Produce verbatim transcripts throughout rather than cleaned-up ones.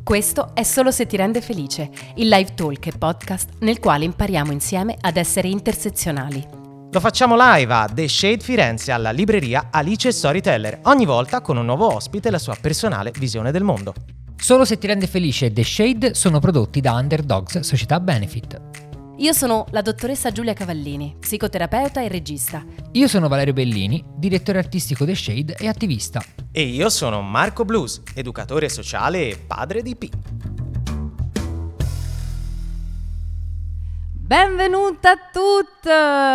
Questo è Solo se ti rende felice, il live talk e podcast nel quale impariamo insieme ad essere intersezionali. Lo facciamo live a The Shade Firenze alla libreria Alice Storyteller, ogni volta con un nuovo ospite e la sua personale visione del mondo. Solo se ti rende felice e The Shade sono prodotti da Underdogs Società Benefit. Io sono la dottoressa Giulia Cavallini, psicoterapeuta e regista. Io sono Valerio Bellini, direttore artistico The Shade e attivista. E io sono Marco Blues, educatore sociale e padre di P. Benvenuta a tutti,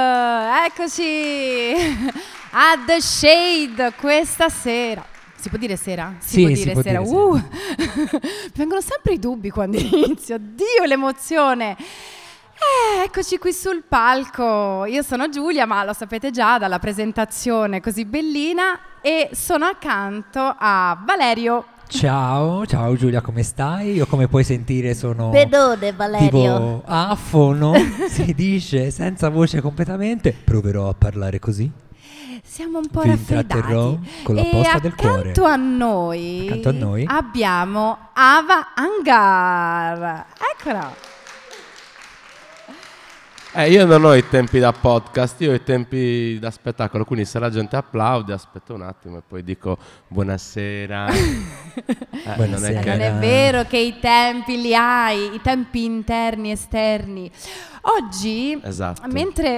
eccoci a The Shade questa sera. Si può dire sera? Si sì, può dire si può sera. Dire uh. sera. Vengono sempre i dubbi quando inizio. Dio, l'emozione. Eh, eccoci qui sul palco. Io sono Giulia, ma lo sapete già dalla presentazione così bellina, e sono accanto a Valerio. Ciao, ciao Giulia, come stai? Io, come puoi sentire, sono Benone, Valerio. tipo afono, si dice, senza voce completamente. Proverò a parlare così. Siamo un po' Vi raffreddati. intratterrò con la posta del cuore. Accanto a noi, Accanto a noi abbiamo Ava Angar. Eccola. Eh, io non ho i tempi da podcast, io ho i tempi da spettacolo, quindi se la gente applaude aspetto un attimo e poi dico buonasera. eh, Buonasera. Non è, che... Non è vero che i tempi li hai, i tempi interni, esterni. Oggi, Esatto. mentre,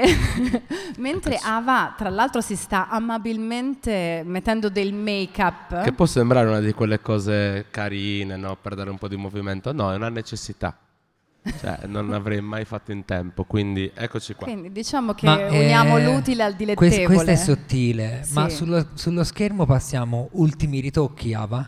mentre Ava tra l'altro si sta amabilmente mettendo del make-up, Che può sembrare una di quelle cose carine, no? Per dare un po' di movimento. No, è una necessità. Cioè, non avrei mai fatto in tempo, quindi eccoci qua. quindi diciamo che Ma, uniamo eh, l'utile al dilettevole. Questo, questo è sottile, Sì. ma sullo, sullo schermo passiamo ultimi ritocchi, Ava.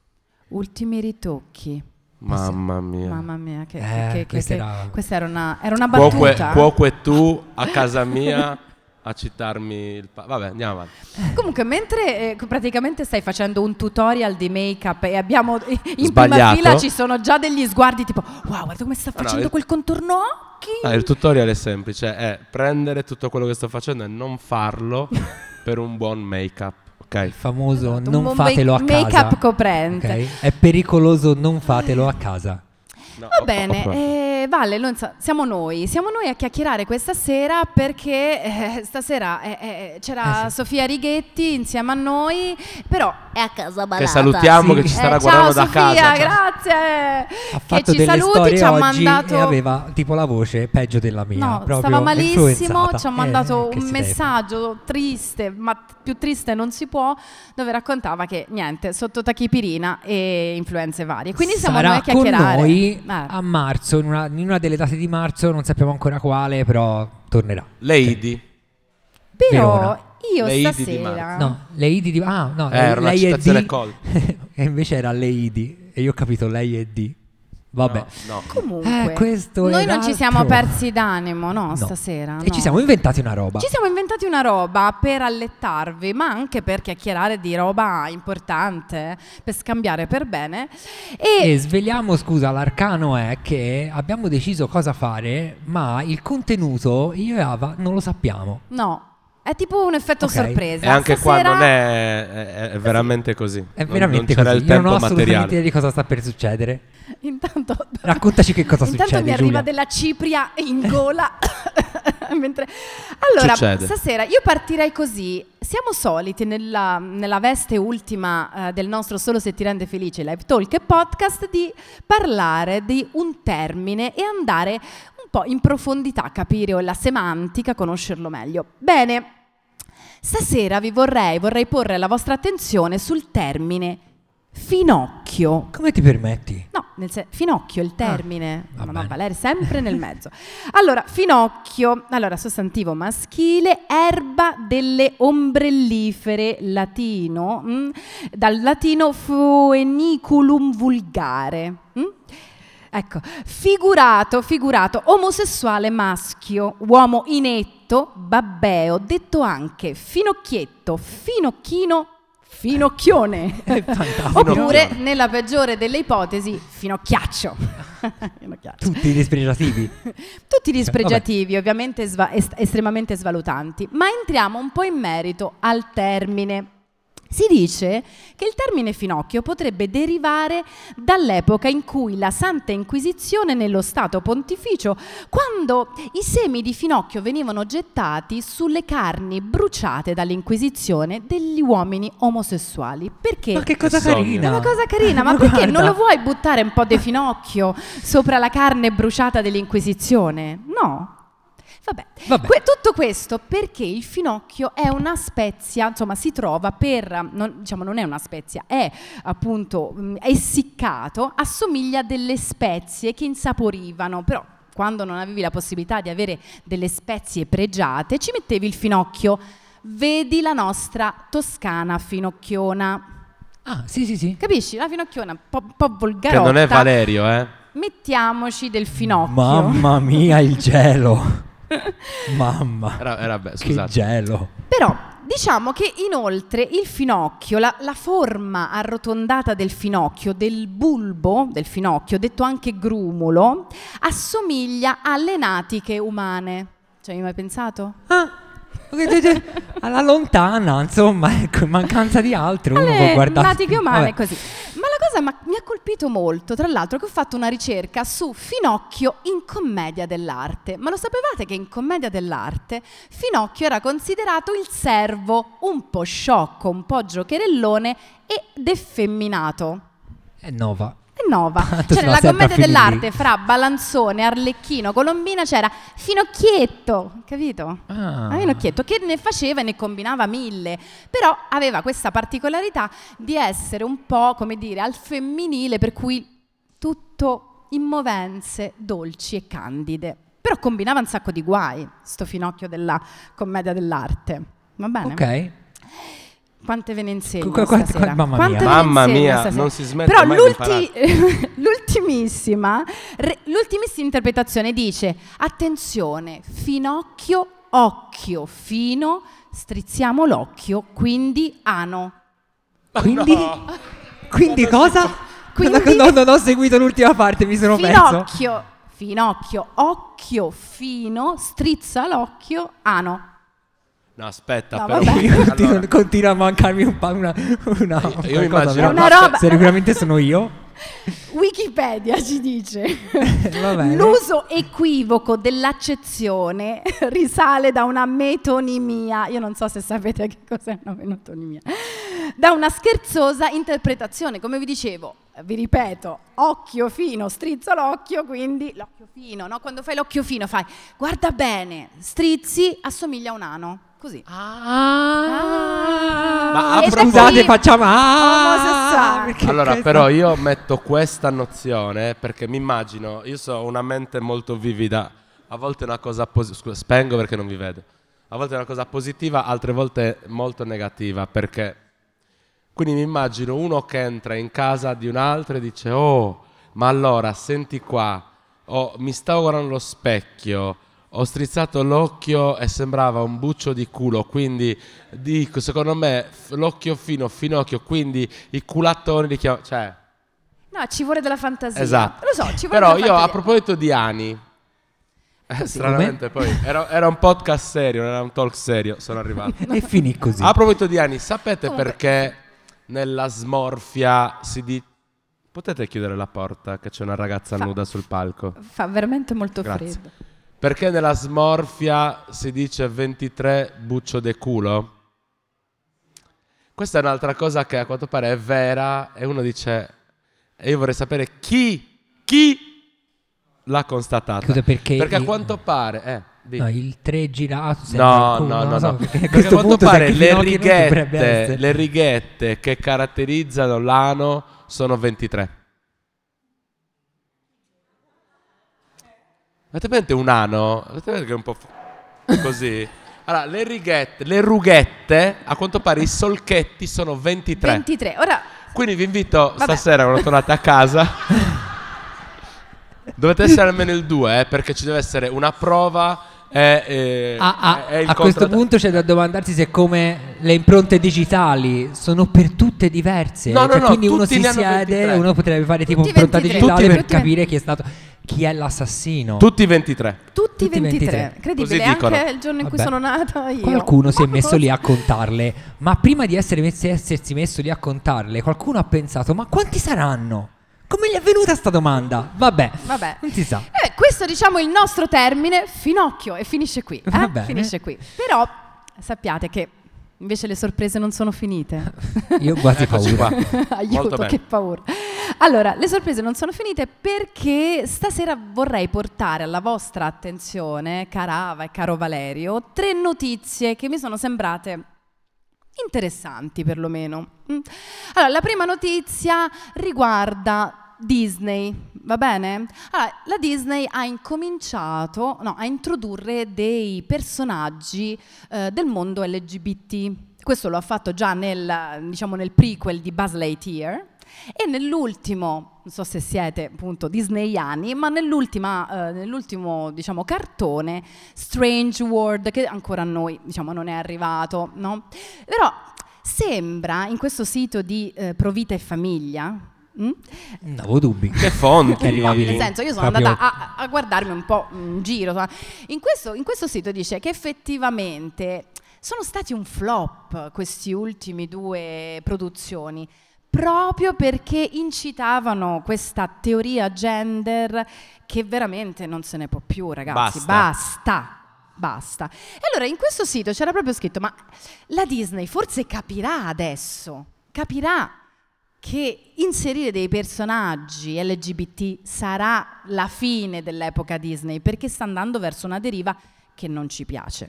Ultimi ritocchi. Mamma mia. Mamma mia, che, Eh, che- che- questa che- era- questa era una, era una Cuoque, battuta. cuoque tu a casa mia a citarmi il... Pa- Vabbè, andiamo avanti. Comunque, mentre eh, praticamente stai facendo un tutorial di make-up e abbiamo in prima Sbagliato. fila ci sono già degli sguardi tipo wow, guarda come sta no, facendo il- quel contorno occhi. Ah, il tutorial è semplice, è prendere tutto quello che sto facendo e non farlo per un buon make-up, ok? Il famoso Esatto, un non buon fatelo make- a casa. make-up coprente. Ok? È pericoloso, non fatelo a casa. No, Va ho- bene, ho- eh, Vale, non so, siamo noi, siamo noi a chiacchierare questa sera perché eh, stasera eh, eh, c'era Eh sì. Sofia Righetti insieme a noi, però È a casa malata. Che salutiamo, Sì. che ci starà Eh, guardando ciao da Sofia, casa. Ciao. grazie. Ha Che fatto ci delle saluti, storie ci ha oggi mandato. e aveva tipo la voce peggio della mia. No, proprio stava malissimo, influenzata. ci ha Eh, mandato che un si deve messaggio triste, ma t- più triste non si può, dove raccontava che niente, sotto tachipirina e influenze varie. Quindi siamo Sarà noi a chiacchierare. con noi Eh. a marzo, in una, in una delle date di marzo, non sappiamo ancora quale, però tornerà. Lady. Però Verona. io Le Idi di stasera marzo. No, Lady di... Ah, no, Eh, era una lei è citazione D col. e invece era Lady e io ho capito lei è D. Vabbè. No, no. comunque Eh, questo noi ed non ci altro. siamo persi d'animo, no, No. stasera. E no. ci siamo inventati una roba. Ci siamo inventati una roba per allettarvi, ma anche per chiacchierare di roba importante, per scambiare per bene. E E sveliamo, scusa, l'arcano è che abbiamo deciso cosa fare, ma il contenuto io e Ava non lo sappiamo. no, è tipo un effetto Ok. sorpresa. E anche Stasera- qua non è, è, è veramente così. È Non- veramente non c'era così. il Io tempo non ho assolutamente idea materiale. di cosa sta per succedere. Intanto, Raccontaci che cosa intanto succede, mi arriva Giulia. della cipria in gola. Mentre... Allora, Succede. stasera io partirei così. Siamo soliti nella, nella veste ultima eh, del nostro Solo se ti rende felice live talk e podcast di parlare di un termine e andare un po' in profondità, capire la semantica, conoscerlo meglio. Bene, stasera vi vorrei, vorrei porre la vostra attenzione sul termine finocchio. Come ti permetti? No, nel sen- finocchio, il termine. va ma no, bene. Valeria, sempre nel mezzo. Allora, finocchio, allora, sostantivo maschile, erba delle ombrellifere, latino, mm, dal latino foeniculum vulgare. mm? Ecco, figurato, figurato, omosessuale maschio, uomo inetto, babbeo, detto anche finocchietto, finocchino, finocchione. È fantastico. Oppure, nella peggiore delle ipotesi, finocchiaccio. Finocchiaccio. Tutti dispregiativi. Tutti dispregiativi, ovviamente sva- est- estremamente svalutanti. Ma entriamo un po' in merito al termine. Si dice che il termine finocchio potrebbe derivare dall'epoca in cui la Santa Inquisizione nello Stato Pontificio, quando i semi di finocchio venivano gettati sulle carni bruciate dall'Inquisizione degli uomini omosessuali. Perché? Ma che cosa Che sogno. carina! È una cosa carina, ma Ma perché guarda. non lo vuoi buttare un po' di finocchio sopra la carne bruciata dell'Inquisizione? No. Vabbè, Vabbè. Que- tutto questo perché il finocchio è una spezia, insomma si trova per, non, diciamo non è una spezia, è appunto mh, essiccato, assomiglia a delle spezie che insaporivano, però quando non avevi la possibilità di avere delle spezie pregiate ci mettevi il finocchio. Vedi la nostra toscana finocchiona. Ah, sì, sì, sì. Capisci? La finocchiona un po', un po' volgarotta. Che non è Valerio, eh? Mettiamoci del finocchio. Mamma mia, il gelo. Mamma, Era, era beh, che scusate. gelo. Però diciamo che inoltre il finocchio, la, la forma arrotondata del finocchio, del bulbo del finocchio, detto anche grumulo, assomiglia alle natiche umane. Ci hai mai pensato? Ah, alla lontana, insomma, ecco, in mancanza di altro uno può Alle guardare. natiche umane Vabbè. così. Ma la cosa ma- mi ha colpito molto, tra l'altro, che ho fatto una ricerca su Finocchio in commedia dell'arte. Ma lo sapevate che in commedia dell'arte Finocchio era considerato il servo un po' sciocco, un po' giocherellone ed effeminato? È Nova. È Nova. Tanto Cioè se la nella serve a commedia finire dell'arte lì. fra Balanzone, Arlecchino, Colombina c'era Finocchietto, capito? Ah. Finocchietto che ne faceva e ne combinava mille, però aveva questa particolarità di essere un po', come dire, al femminile, per cui tutto in movenze dolci e candide. Però combinava un sacco di guai, sto Finocchio della commedia dell'arte. Va bene? Ok. Quante ve ne insegno Qu- qu- stasera? mamma Quante mia. ve ne Mamma insegno mia, stasera? non si smette Però mai l'ulti- di l'ultimissima, re- l'ultimissima interpretazione dice: attenzione, Finocchio, occhio fino, strizziamo l'occhio, quindi ano. Quindi, quindi cosa? Quindi- No, non ho seguito l'ultima parte, mi sono perso. Finocchio, Finocchio, occhio fino, strizza l'occhio, ano. No, aspetta, No, però. vabbè. Io continuo, Allora, continua a mancarmi un pa- una, una, Io qualcosa, immagino- però Una roba- sicuramente sono io. Wikipedia ci dice: Va bene. l'uso equivoco dell'accezione risale da una metonimia. Io non so se sapete che cos'è una metonimia. Da una scherzosa interpretazione, come vi dicevo, vi ripeto, occhio fino, strizzo l'occhio, quindi l'occhio fino, no? Quando fai l'occhio fino fai guarda bene, strizzi, assomiglia a un ano. Così. Ah. Ma a E da Scusate, qui- facciamo ah, omosessuale. perché allora, questa- però io metto questa nozione perché mi immagino, io so una mente molto vivida, a volte è una cosa positiva, spengo perché non vi vedo, a volte è una cosa positiva, altre volte molto negativa, perché quindi mi immagino uno che entra in casa di un altro e dice: oh, ma allora senti qua, oh, mi stavo guardando allo specchio, ho strizzato l'occhio e sembrava un buccio di culo, quindi dico, secondo me f- l'occhio fino, finocchio, quindi i culattoni li chiamo, cioè, No, ci vuole della fantasia. esatto. Lo so, ci vuole Però della io a fantasia. proposito di Ani, eh, stranamente poi era, era un podcast serio, non era un talk serio, sono arrivato. E finì così. A proposito di Ani, sapete Comunque- perché nella smorfia si dice... Potete chiudere la porta che c'è una ragazza Fa- nuda sul palco? Fa veramente molto Grazie. freddo. Perché nella smorfia si dice ventitré buccio de culo? Questa è un'altra cosa che a quanto pare è vera e uno dice... E io vorrei sapere chi, chi l'ha constatata. Scusa, perché Perché a il- quanto pare... Eh, di- No, il tre girato sembra No, il culo, no, non no, lo so, no. perché a Perché a questo quanto punto pare se le Finocchio non dovrebbe righette, essere. le righette che caratterizzano l'ano sono ventitré. Avete presente un ano? Avete presente che è un po' f- così? Allora, le righette, le rughette, a quanto pare i solchetti sono ventitré. ventitré. Ora, Quindi vi invito Vabbè. stasera quando tornate a casa. Dovete essere almeno il due, eh, perché ci deve essere una prova e, e- Ah, ah, e il a questo contra- punto c'è da domandarsi se come le impronte digitali sono per tutte diverse. No, no, Cioè, no, quindi uno tutti si ne hanno siede, ventitré. uno potrebbe fare tipo Tutti impronta ventitré. digitale Tutti per ventitré. capire chi è stato. chi è l'assassino. Tutti ventitré. Tutti, Tutti ventitré. ventitré. Incredibile, Così dicono. anche il giorno in cui Vabbè. sono nata io. Qualcuno si è Ma messo cosa? lì a contarle, ma prima di essere messi, essersi messo lì a contarle, qualcuno ha pensato: ma quanti saranno? Come gli è venuta sta domanda? Vabbè, Vabbè. non si sa. Eh, questo diciamo il nostro termine, finocchio, e finisce qui. Va Eh? bene. Finisce qui. Però sappiate che invece le sorprese non sono finite. Io ho quasi Eccoci paura. qua. Molto Aiuto, bene. che paura. Allora, le sorprese non sono finite perché stasera vorrei portare alla vostra attenzione, cara Ava e caro Valerio, tre notizie che mi sono sembrate interessanti perlomeno. Mm. Allora, la prima notizia riguarda Disney, va bene? Allora, la Disney ha incominciato no, a introdurre dei personaggi eh, del mondo L G B T. Questo lo ha fatto già nel, diciamo, nel prequel di Buzz Lightyear e nell'ultimo, non so se siete appunto disneyani, ma nell'ultima, eh, nell'ultimo diciamo, cartone Strange World, che ancora a noi diciamo, non è arrivato, no? Però sembra in questo sito di eh, Provita e Famiglia. Mm? Non avevo dubbi. Che fonti. Che arrivavi Nel lì. senso, io sono Proprio- andata a, a guardarmi un po' in giro. In questo, in questo sito dice che effettivamente sono stati un flop questi ultimi due produzioni, proprio perché incitavano questa teoria gender che veramente non se ne può più, ragazzi. Basta. Basta. Basta. E allora in questo sito c'era proprio scritto: ma la Disney forse capirà adesso, capirà che inserire dei personaggi L G B T sarà la fine dell'epoca Disney, perché sta andando verso una deriva che non ci piace.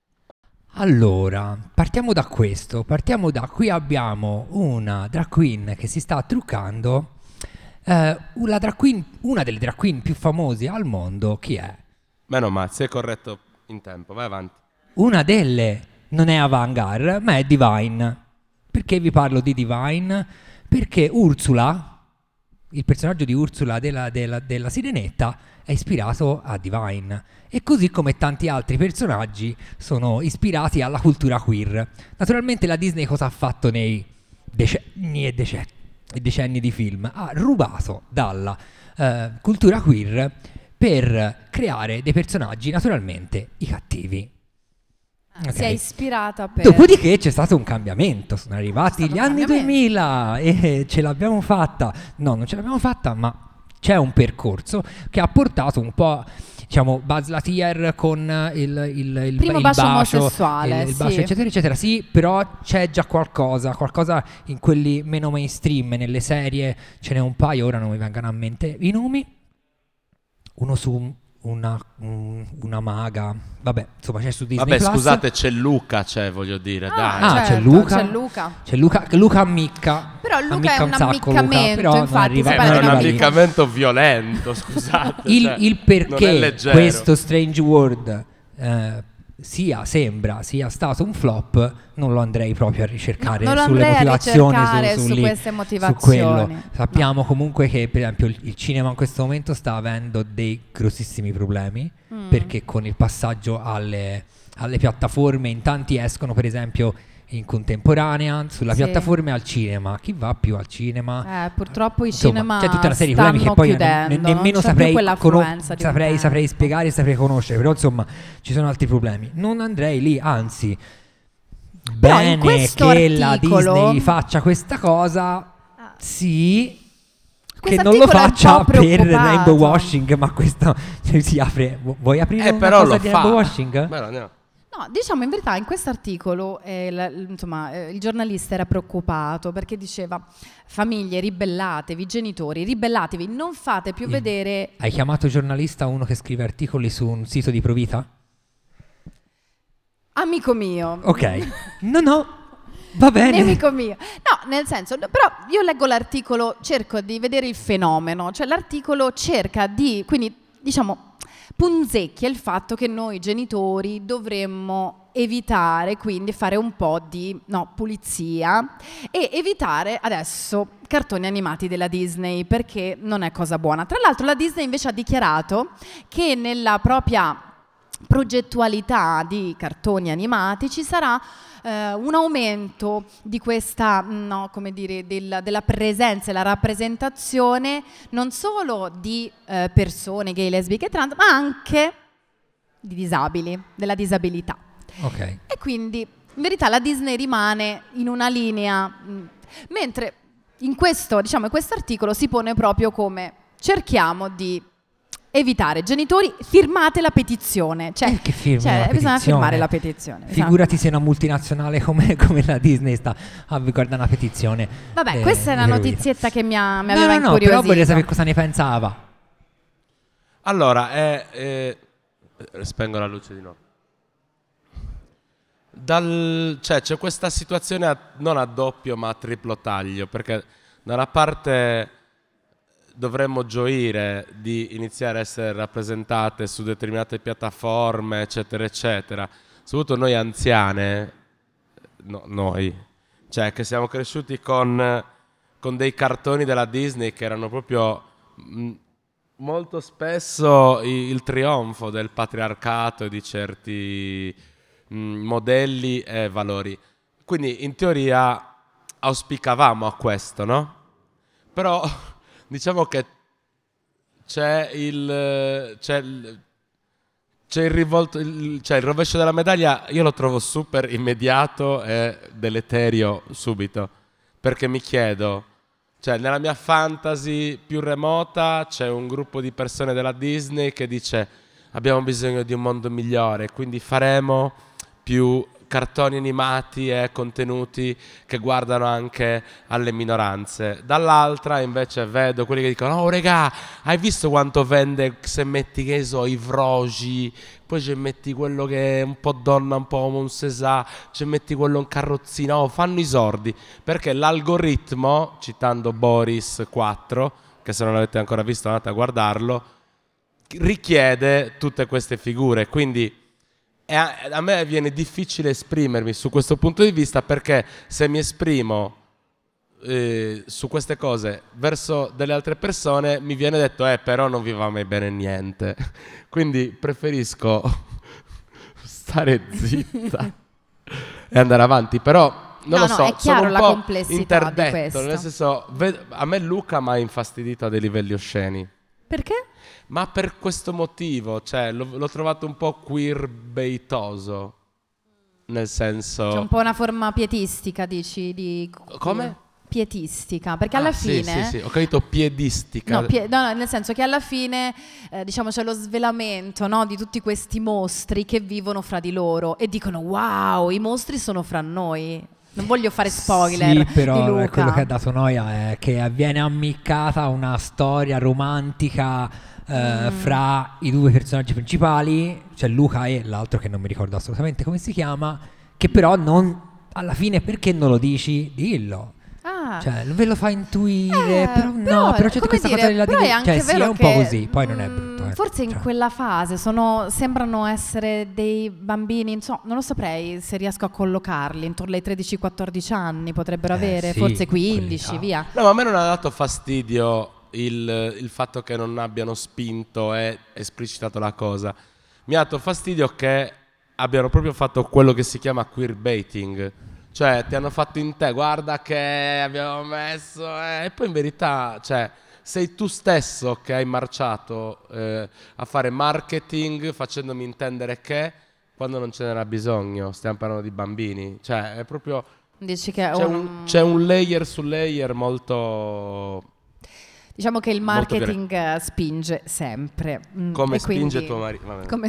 Allora, partiamo da questo, partiamo da qui abbiamo una drag queen che si sta truccando, eh, una, drag queen, una delle drag queen più famose al mondo, chi è? Meno male, sei corretto in tempo, vai avanti. Una delle, non è Avant-Garde, ma è Divine. Perché vi parlo di Divine? Perché Ursula, il personaggio di Ursula della, della, della Sirenetta, è ispirato a Divine. E così come tanti altri personaggi sono ispirati alla cultura queer. Naturalmente la Disney cosa ha fatto nei decenni e decenni, e decenni di film? Ha rubato dalla eh, cultura queer per creare dei personaggi, naturalmente i cattivi. Ok. Si è ispirata per... Dopodiché c'è stato un cambiamento, sono arrivati C'è stato gli un anni cambiamento. duemila e ce l'abbiamo fatta. No, non ce l'abbiamo fatta, ma c'è un percorso che ha portato un po', diciamo, Buzz Lightyear con il, il, il, Primo il bacio bacio, omosessuale, il, il bacio sì. eccetera eccetera. Sì, però c'è già qualcosa, qualcosa in quelli meno mainstream, nelle serie ce n'è un paio, ora non mi vengono a mente i nomi. Uno su una, un- una maga, vabbè, insomma c'è su Disney Vabbè, Plus. scusate, c'è Luca, c'è, voglio dire, dai. Ah, c'è certo, Luca. c'è Luca. C'è Luca, Luca ammicca. Però Luca Ammicca è un sacco, Luca, ammiccamento, però non infatti, arriva- si Eh, parla non ma è un di arriva lì. ammiccamento violento, scusate. Il, cioè, il non è perché leggero. questo Strange World eh, sia, sembra, sia stato un flop, non lo andrei proprio a ricercare No, non lo sulle andrei a motivazioni, ricercare su, su lì, queste su motivazioni. quello. Sappiamo comunque che per esempio il, il cinema in questo momento sta avendo dei grossissimi problemi, Mm. perché con il passaggio alle, alle piattaforme in tanti escono per esempio in contemporanea sulla Sì. piattaforma e al cinema. Chi va più al cinema? Eh, purtroppo i Insomma, cinema c'è tutta una serie di problemi che stanno poi ne- chiudendo, ne- nemmeno non c'è più saprei, quell'affluenza cono- di saprei, un saprei tempo. spiegare, saprei conoscere, però insomma ci sono altri problemi. Non andrei lì, anzi, Però in bene questo che la articolo- Disney faccia questa cosa, sì, che Questo non lo articolo è un faccia po' per preoccupato. rainbow washing, ma questo cioè, si apre. Vu- Vuoi aprire Eh, una però cosa lo di fa. rainbow washing? Beh, andiamo. No, diciamo in verità in questo articolo eh, la- insomma, eh, il giornalista era preoccupato perché diceva: famiglie, ribellatevi, genitori, ribellatevi, non fate più Mm. vedere... Hai chiamato giornalista uno che scrive articoli su un sito di Provita? Amico mio. Ok. No, no. Va bene. Nemico mio. No, nel senso, no, però io leggo l'articolo, cerco di vedere il fenomeno, cioè l'articolo cerca di, quindi diciamo, punzecchia il fatto che noi genitori dovremmo evitare, quindi fare un po' di no, pulizia e evitare adesso cartoni animati della Disney, perché non è cosa buona. Tra l'altro la Disney invece ha dichiarato che nella propria progettualità di cartoni animati ci sarà eh, un aumento di questa, no, come dire, del, della presenza e la rappresentazione non solo di eh, persone gay, lesbiche e trans, ma anche di disabili, della disabilità. Ok. E quindi in verità la Disney rimane in una linea, mh, mentre in questo, diciamo, in questo articolo si pone proprio come cerchiamo di evitare genitori, firmate la petizione, cioè, Eh, che firmi cioè la bisogna petizione? firmare la petizione. Figurati se una multinazionale come, come la Disney sta a guardare una petizione. Vabbè, eh, questa è una gratuita. notizietta che mi, ha, mi No, aveva no, no, incuriosito. però vorrei sapere cosa ne pensava. Allora, è, è- spengo la luce di nuovo. Dal, cioè, c'è questa situazione a- non a doppio ma a triplo taglio, perché da una parte dovremmo gioire di iniziare a essere rappresentate su determinate piattaforme, eccetera, eccetera. Soprattutto noi anziane, no, noi, cioè che siamo cresciuti con, con dei cartoni della Disney che erano proprio mh, molto spesso i- il trionfo del patriarcato e di certi mh, modelli e valori. Quindi in teoria auspicavamo a questo, no? Però diciamo che c'è il c'è il, c'è il rivolto il, cioè il rovescio della medaglia, io lo trovo super immediato e deleterio subito, perché mi chiedo, cioè nella mia fantasy più remota c'è un gruppo di persone della Disney che dice abbiamo bisogno di un mondo migliore, quindi faremo più cartoni animati e contenuti che guardano anche alle minoranze. Dall'altra invece vedo quelli che dicono oh regà, hai visto quanto vende se metti, che so, i vroci, poi ci metti quello che è un po' donna, un po' monsesà, ci metti quello in carrozzina, oh, fanno i sordi, perché l'algoritmo, citando Boris quattro, che se non l'avete ancora visto andate a guardarlo, richiede tutte queste figure, quindi e a, a me viene difficile esprimermi su questo punto di vista, perché se mi esprimo eh, su queste cose verso delle altre persone mi viene detto eh però non vi va mai bene niente, quindi preferisco stare zitta e andare avanti. Però non No, lo no, so, è chiaro sono un la po' complessità di interdetto, questo. nel senso, ved- a me Luca mi ha infastidito a dei livelli osceni. Perché? Ma per questo motivo, cioè, l'ho, l'ho trovato un po' queerbaitoso, nel senso... C'è un po' una forma pietistica, dici? Di... Come? Pietistica, perché alla Ah, sì, fine... sì, sì, ho capito, piedistica. No, pie- no, no, nel senso che alla fine eh, diciamo c'è lo svelamento, no, di tutti questi mostri che vivono fra di loro e dicono wow, i mostri sono fra noi. Non voglio fare spoiler Sì, però di Luca. eh, quello che ha dato noia è che viene ammiccata una storia romantica eh, Mm. fra i due personaggi principali, cioè Luca e l'altro che non mi ricordo assolutamente come si chiama, che però non, alla fine perché non lo dici? Dillo. Ah. Cioè, ve lo fa intuire, Eh, però no, però c'è come questa dire, cosa della però è anche cioè, sì, vero è un che, po' così, poi non è mm, brutto. eh. Forse in Cioè. quella fase sono, sembrano essere dei bambini, insomma, non lo saprei se riesco a collocarli, intorno ai tredici quattordici anni potrebbero Eh, avere, sì, forse quindici, quell'età. via. No, ma a me non ha dato fastidio il, il fatto che non abbiano spinto e esplicitato la cosa. Mi ha dato fastidio che abbiano proprio fatto quello che si chiama queerbaiting. Cioè, ti hanno fatto in te, guarda che abbiamo messo... eh", e poi in verità, cioè, sei tu stesso che hai marciato eh, a fare marketing facendomi intendere che quando non ce n'era bisogno, stiamo parlando di bambini. Cioè, è proprio... Dici che C'è un- un, c'è un layer su layer molto... diciamo che il molto marketing eh, spinge sempre. Mm, Come e spinge quindi- tuo marito. Vabbè. Come...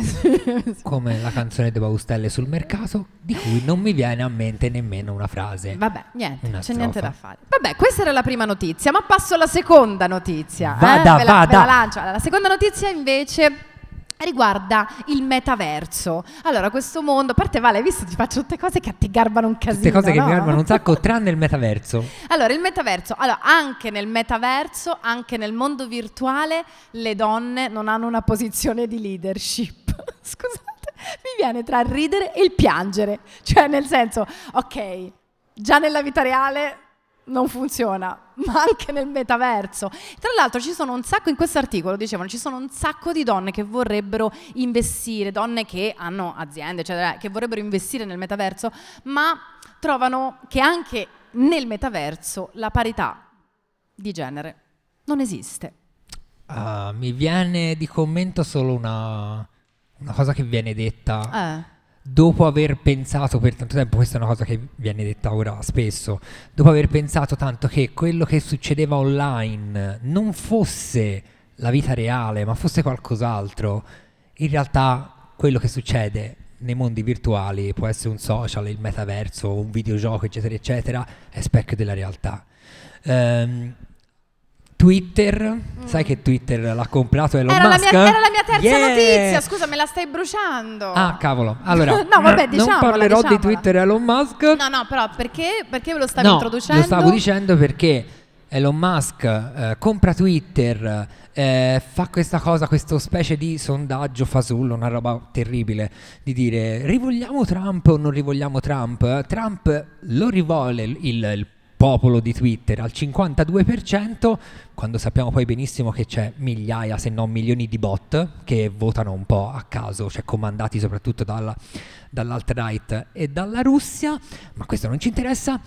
Come la canzone dei Baustelle sul mercato, di cui non mi viene a mente nemmeno una frase. Vabbè, niente, Una c'è niente da strofa. fare. Vabbè, questa era la prima notizia, ma passo alla seconda notizia. Vada, eh? Ve la, vada. ve la lancio. Allora, la seconda notizia invece riguarda il metaverso. Allora, questo mondo, a parte Vale, hai visto, ti faccio tutte cose che ti garbano un casino, Tutte cose che no? mi garbano un sacco, tranne il metaverso. Allora, il metaverso, allora, anche nel metaverso, anche nel mondo virtuale, le donne non hanno una posizione di leadership. Scusate, mi viene tra il ridere e il piangere. Cioè, nel senso, ok, già nella vita reale non funziona, ma anche nel metaverso. Tra l'altro ci sono un sacco, in questo articolo dicevano, ci sono un sacco di donne che vorrebbero investire, donne che hanno aziende, eccetera, che vorrebbero investire nel metaverso, ma trovano che anche nel metaverso la parità di genere non esiste. Uh, mi viene di commento solo una, una cosa che viene detta Eh. dopo aver pensato per tanto tempo. Questa è una cosa che viene detta ora spesso, dopo aver pensato tanto che quello che succedeva online non fosse la vita reale ma fosse qualcos'altro. In realtà quello che succede nei mondi virtuali, può essere un social, il metaverso, un videogioco, eccetera eccetera, è specchio della realtà. um, Twitter, mm. sai che Twitter l'ha comprato Elon era Musk? La mia, era la mia terza yeah! notizia, scusa, me la stai bruciando. Ah, cavolo. Allora, no, vabbè, diciamola, non parlerò diciamola. di Twitter e Elon Musk. No, no, però perché, perché ve lo stavi no, introducendo? Lo stavo dicendo perché Elon Musk eh, compra Twitter, eh, fa questa cosa, questo specie di sondaggio fasullo, una roba terribile, di dire rivogliamo Trump o non rivogliamo Trump. Trump lo rivuole il, il popolo di Twitter al cinquantadue per cento, quando sappiamo poi benissimo che c'è migliaia se non milioni di bot che votano un po' a caso, cioè comandati soprattutto dalla, dall'alt-right e dalla Russia, ma questo non ci interessa.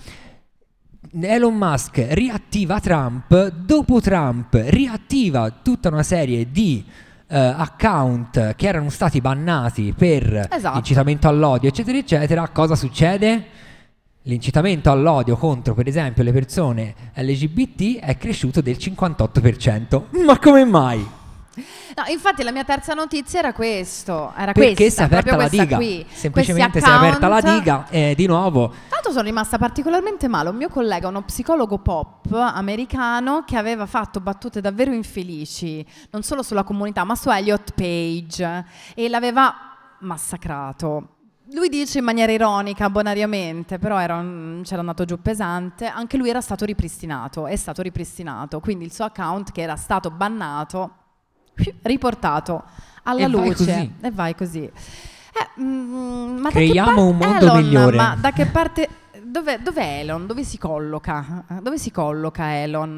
Elon Musk riattiva Trump, dopo Trump riattiva tutta una serie di uh, account che erano stati bannati per esatto. incitamento all'odio, eccetera eccetera. Cosa succede? L'incitamento all'odio contro, per esempio, le persone L G B T è cresciuto del cinquantotto per cento. Ma come mai? No, infatti la mia terza notizia era questo, era Perché questa, si è aperta la questa diga. qui. Semplicemente si Questi è aperta la account. diga e di nuovo. Tanto sono rimasta particolarmente male. Un mio collega, uno psicologo pop americano, che aveva fatto battute davvero infelici, non solo sulla comunità, ma su Elliot Page, e l'aveva massacrato. Lui dice in maniera ironica, bonariamente, però era un, c'era andato giù pesante. Anche lui era stato ripristinato, è stato ripristinato. Quindi il suo account, che era stato bannato, riportato alla E vai luce. così. E vai così. Eh, mm, ma Creiamo da che un mondo Elon, migliore. Ma da che parte... Dov'è, dov'è Elon? Dove si colloca? Dove si colloca Elon?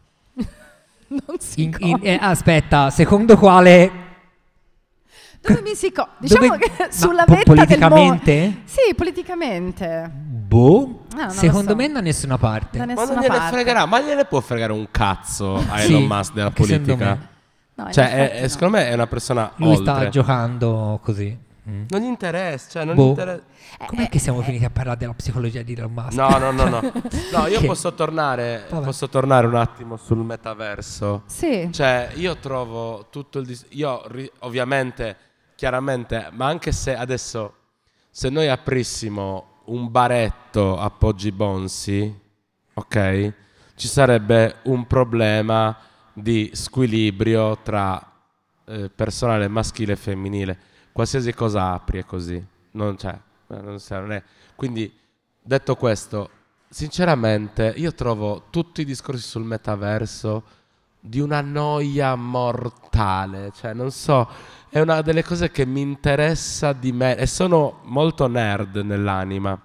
Non si In, in, colloca. eh, aspetta, secondo quale... Dove mi si co- Diciamo Dove- che ma sulla po- vetta del mondo. politicamente? Sì, politicamente. Boh, Ah, non lo secondo so. me da nessuna parte. Da Ma nessuna non gliene parte. fregherà, ma gliene può fregare un cazzo a Sì, Elon Musk della anche secondo politica? me. No, in Cioè, effetti è- è- no. secondo me è una persona Lui oltre. sta giocando così. Mm. Non gli interessa, cioè, non Boh. gli interessa. Com'è che siamo finiti a parlare della psicologia di Elon Musk? No, no, no, no. No, io Che- posso tornare, Vabbè. posso tornare un attimo sul metaverso. Sì. Cioè, io trovo tutto il dis- io ri- ovviamente, chiaramente, ma anche se adesso se noi aprissimo un baretto a Poggi Bonsi, ok? Ci sarebbe un problema di squilibrio tra eh, personale maschile e femminile. Qualsiasi cosa apri è così. Non c'è, non c'è, non è. Quindi, detto questo, sinceramente, io trovo tutti i discorsi sul metaverso di una noia mortale. Cioè, non so, è una delle cose che mi interessa di me. E sono molto nerd nell'anima.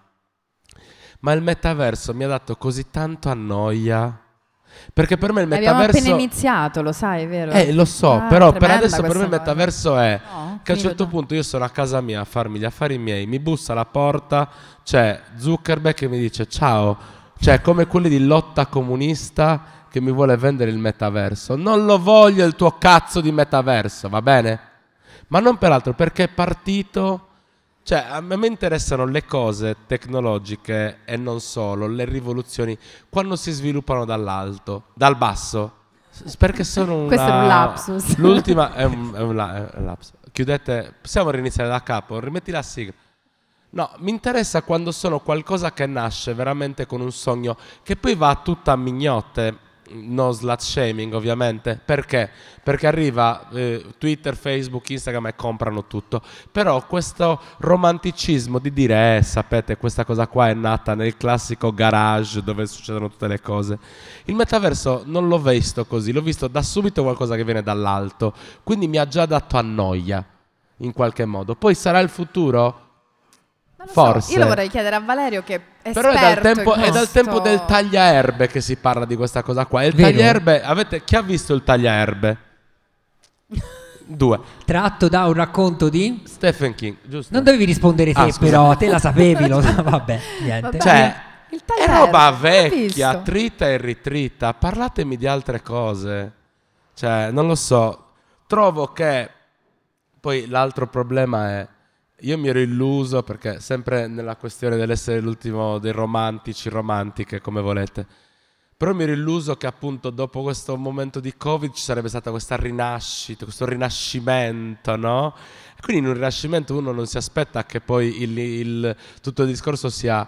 Ma il metaverso mi ha dato così tanto a noia. Perché per me il Abbiamo metaverso... appena iniziato, lo sai, vero? Eh, lo so, Ah, però per tremenda adesso per me il questa metaverso è No, che a un finito certo già. punto io sono a casa mia a farmi gli affari miei, mi bussa alla porta, c'è Zuckerberg che mi dice ciao, cioè come quelli di lotta comunista che mi vuole vendere il metaverso. Non lo voglio il tuo cazzo di metaverso, va bene? Ma non per altro, perché è partito... Cioè, a me interessano le cose tecnologiche e non solo, le rivoluzioni, quando si sviluppano dall'alto, dal basso. S- Perché sono una... Questo è un lapsus. L'ultima è un, è un la- è un lapsus. Chiudete, possiamo riniziare da capo, rimetti la sigla. No, mi interessa quando sono qualcosa che nasce veramente con un sogno, che poi va tutta a mignotte. No slut shaming ovviamente. Perché? Perché arriva eh, Twitter, Facebook, Instagram e comprano tutto. Però questo romanticismo di dire eh sapete questa cosa qua è nata nel classico garage dove succedono tutte le cose. Il metaverso non l'ho visto così, l'ho visto da subito qualcosa che viene dall'alto. Quindi mi ha già dato a noia in qualche modo. Poi sarà il futuro? Non lo so, Forse. io lo vorrei chiedere a Valerio che è Però è dal, esperto tempo, in è dal questo. tempo del tagliaerbe che si parla di questa cosa qua. E il Vero? tagliaerbe, avete, chi ha visto il tagliaerbe? Due. Tratto da un racconto di... Stephen King, giusto? Non dovevi rispondere te, Ah, scusa. però te la sapevi, lo so, vabbè, niente. Vabbè. Cioè, Il è tagliere, roba l'ho vecchia, visto. trita e ritrita. Parlatemi di altre cose. Cioè, non lo so. Trovo che... Poi l'altro problema è... Io mi ero illuso, perché sempre nella questione dell'essere l'ultimo dei romantici, romantiche, come volete. Però mi ero illuso che appunto dopo questo momento di Covid ci sarebbe stata questa rinascita, questo rinascimento, no? E quindi in un rinascimento uno non si aspetta che poi il, il, tutto il discorso sia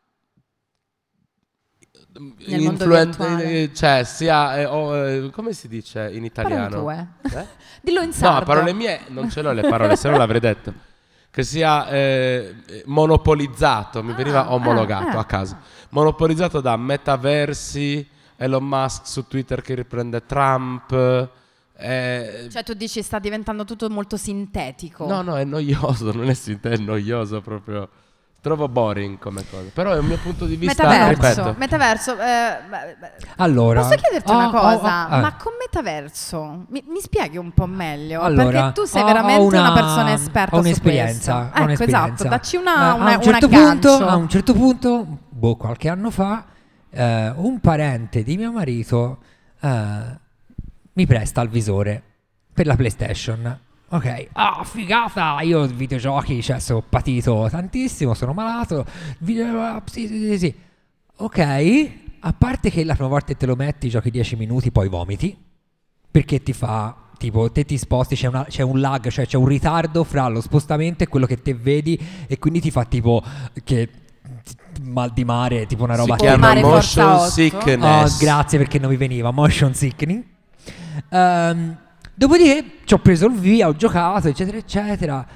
Nel mondo virtuale. cioè sia eh, oh, eh, come si dice in Parole italiano? tue. Eh? Dillo in sardo. No, parole mie, non ce l'ho le parole, se no l'avrei detto. Che sia eh, monopolizzato, mi Ah, veniva omologato ah, a caso. Monopolizzato da metaversi, Elon Musk su Twitter che riprende Trump. eh, Cioè tu dici sta diventando tutto molto sintetico. No, no, è noioso, non è sintetico, è noioso proprio. Trovo boring come cosa. Però è un mio punto di vista, Metaverso, ripeto. metaverso eh, beh, beh, Allora, posso chiederti oh, una cosa? oh, oh, eh. Ma con metaverso mi, mi spieghi un po' meglio? Allora, perché tu sei ho- veramente ho una, una- persona esperta ho su un'esperienza, questo. ho Ecco, un'esperienza. esatto, dacci Eh, una, a una, un certo un aggancio. punto, a un certo punto, boh, qualche anno fa, eh, un parente di mio marito eh, mi presta il visore per la PlayStation. Ok, ah, figata! Io videogiochi, cioè, sono patito tantissimo, sono malato. Video, sì, sì, sì, sì. Ok, a parte che la prima volta che te lo metti, giochi dieci minuti, poi vomiti, perché ti fa, tipo, te ti sposti, c'è, una- c'è un lag, cioè c'è un ritardo fra lo spostamento e quello che te vedi, e quindi ti fa tipo che mal di mare, tipo una roba Si Tipo chiama Mare Forza motion otto. sickness. Oh, grazie, perché non mi veniva. Motion sickening. Ehm, dopodiché ci ho preso il via, ho giocato, eccetera, eccetera.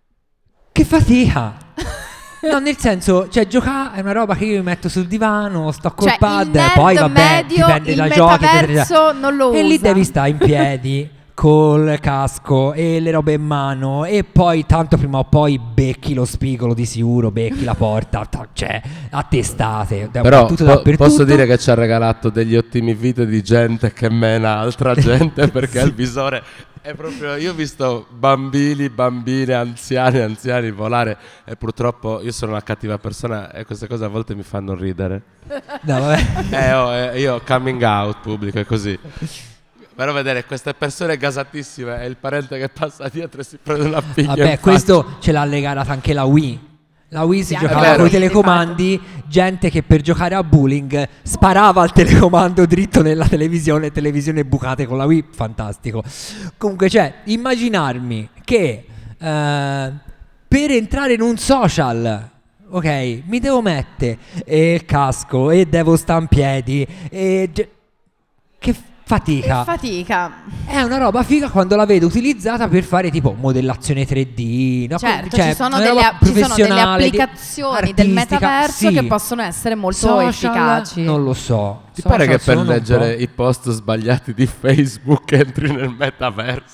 Che fatica! No, nel senso, cioè, giocare è una roba che io mi metto sul divano, sto col Cioè, il pad, nerd poi vabbè, medio dipende il da giochi, eccetera, metaverso eccetera. non lo E lì usa. devi stare in piedi col casco e le robe in mano, e poi tanto prima o poi becchi lo spigolo di sicuro, becchi la porta, ta- cioè a testate, Però tutto po- dappertutto. posso dire che ci ha regalato degli ottimi video di gente che mena altra gente perché il visore è proprio... Io ho visto bambini, bambine, anziani, anziani volare, e purtroppo io sono una cattiva persona e queste cose a volte mi fanno ridere. No, vabbè. Eh, oh, eh, io coming out pubblico è così. Però vedere queste persone gasatissime e il parente che passa dietro e si prende una piglia in Vabbè, faccia. questo ce l'ha legata anche la Wii. La Wii si Sì, giocava è vero. con i telecomandi, gente che per giocare a bowling sparava al telecomando dritto nella televisione, televisione bucate con la Wii, fantastico. Comunque, cioè, immaginarmi che eh, per entrare in un social, ok, mi devo mettere e il casco e devo stare in piedi e ge- che fatica. Che fatica. È una roba figa quando la vedo utilizzata per fare tipo modellazione tre D, no? Certo, Cioè, ci, sono una delle, roba ci sono delle professionale, di- applicazioni del artistica, metaverso sì. che possono essere molto Social, efficaci. Non lo so. Ti pare Social che per sono un leggere po'- i post sbagliati di Facebook entri nel metaverso?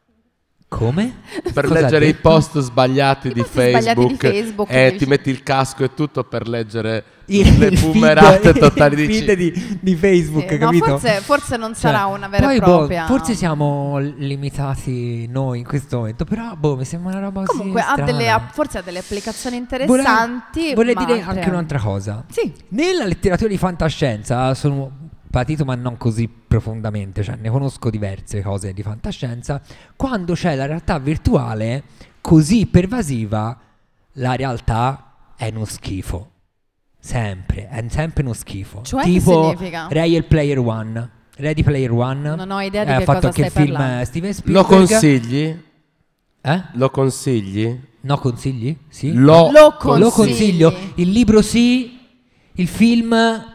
Come? Per Cosa ha leggere i detto? post sbagliati, I di, post sbagliati Facebook, di Facebook, e devi- ti metti il casco e tutto per leggere Il- le il feed- boomerate totali. il Dici, feed di, di Facebook, Sì, no, capito? forse, forse non sarà Cioè, una vera poi, e boh, propria. forse siamo limitati noi in questo momento, però boh, mi sembra una roba così Comunque ha strana. delle, app- forse ha delle applicazioni interessanti. Vorrei, vorrei ma dire altre- anche un'altra cosa. Sì. Nella letteratura di fantascienza sono patito, ma non così profondamente, cioè ne conosco diverse cose di fantascienza. Quando c'è la realtà virtuale così pervasiva, la realtà è uno schifo. Sempre, è sempre uno schifo. Cioè, che tipo significa? Ready Player One. Ready Player One. Non ho idea di eh, che ha fatto cosa anche il stai film parlando. eh, Steven lo Spielberg. consigli? Eh? Lo consigli? No, consigli? Sì. Lo, Lo con- Lo consigli. consiglio. Il libro sì, il film...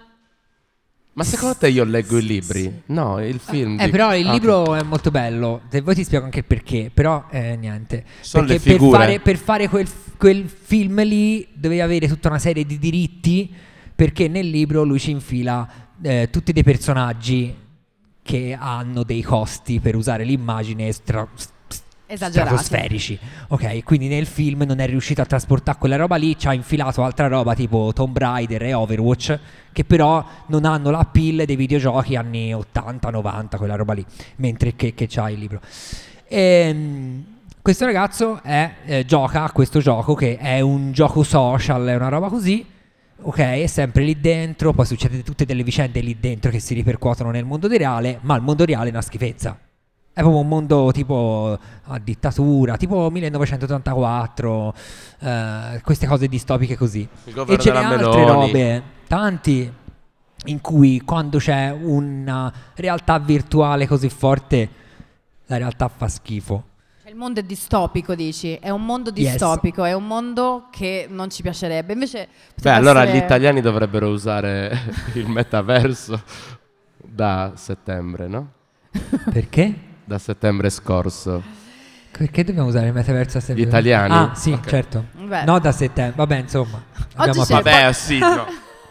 Ma secondo te io leggo i libri? No, il film. Eh, dico. però il Ah, libro ok. è molto bello. Se vuoi ti spiego anche il perché. Però eh, niente. Sono Perché le figure. per fare, per fare quel, quel film lì dovevi avere tutta una serie di diritti. Perché nel libro lui ci infila eh, tutti dei personaggi che hanno dei costi per usare l'immagine stra- Esagerati. stratosferici. Ok, quindi nel film non è riuscito a trasportare quella roba lì, ci ha infilato altra roba tipo Tomb Raider e Overwatch, che però non hanno l'appeal dei videogiochi anni ottanta novanta, quella roba lì, mentre che, che c'ha il libro. E, mh, questo ragazzo è, eh, gioca a questo gioco che è un gioco social, è una roba così, ok, è sempre lì dentro, poi succede tutte delle vicende lì dentro che si ripercuotono nel mondo reale, ma il mondo reale è una schifezza. È proprio un mondo tipo a dittatura, tipo millenovecentottantaquattro, eh, queste cose distopiche così. Il governo E ce n'è della altre Meloni. robe, tanti, in cui quando c'è una realtà virtuale così forte, la realtà fa schifo. Il mondo è distopico, dici? È un mondo Yes. distopico, è un mondo che non ci piacerebbe. Invece Beh, potrebbe allora essere- gli italiani dovrebbero usare il metaverso da settembre, no? Perché? Da settembre scorso. Perché dobbiamo usare il metaverso a settembre? Gli italiani? Ah, sì, Ok. certo. Beh. No, da settembre. Vabbè, insomma. abbiamo c'è- aperto- Vabbè, sì, no.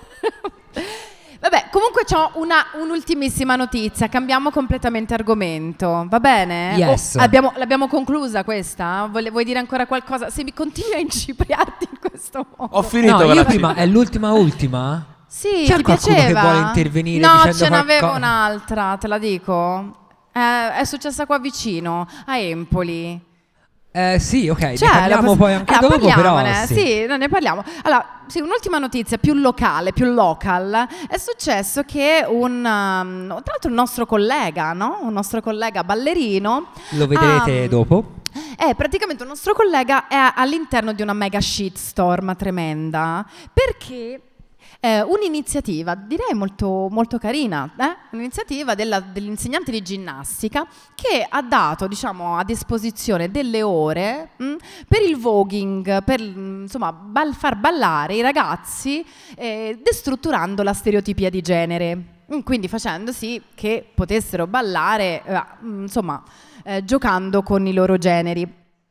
Vabbè, comunque c'ho una, un'ultimissima notizia, cambiamo completamente argomento, va bene? Yes. O abbiamo- l'abbiamo conclusa questa? Vuoi, vuoi dire ancora qualcosa? Se mi continui a incipriarti in questo modo. Ho finito No, con io la prima, cifra. è l'ultima ultima? Sì, C'è ti qualcuno piaceva? che vuole intervenire No, dicendo ce n'avevo qualcosa? un'altra, te la dico. Eh, è successa qua vicino, a Empoli. Eh, sì, ok, ne Cioè, la parliamo poss- poi anche allora, dopo, però parliamone, sì. sì, no, ne parliamo. Allora, sì, un'ultima notizia più locale, più local. È successo che un, um, tra l'altro un nostro collega, no? Un nostro collega ballerino. Lo vedrete ha- dopo. È praticamente un nostro collega è all'interno di una mega shitstorm tremenda perché eh, un'iniziativa, direi molto, molto carina, eh? Un'iniziativa della- dell'insegnante di ginnastica che ha dato, diciamo, a disposizione delle ore mh, per il voguing, per mh, insomma, bal- far ballare i ragazzi eh, destrutturando la stereotipia di genere. Mm, Quindi facendo sì che potessero ballare, eh, mh, insomma, eh, giocando con i loro generi.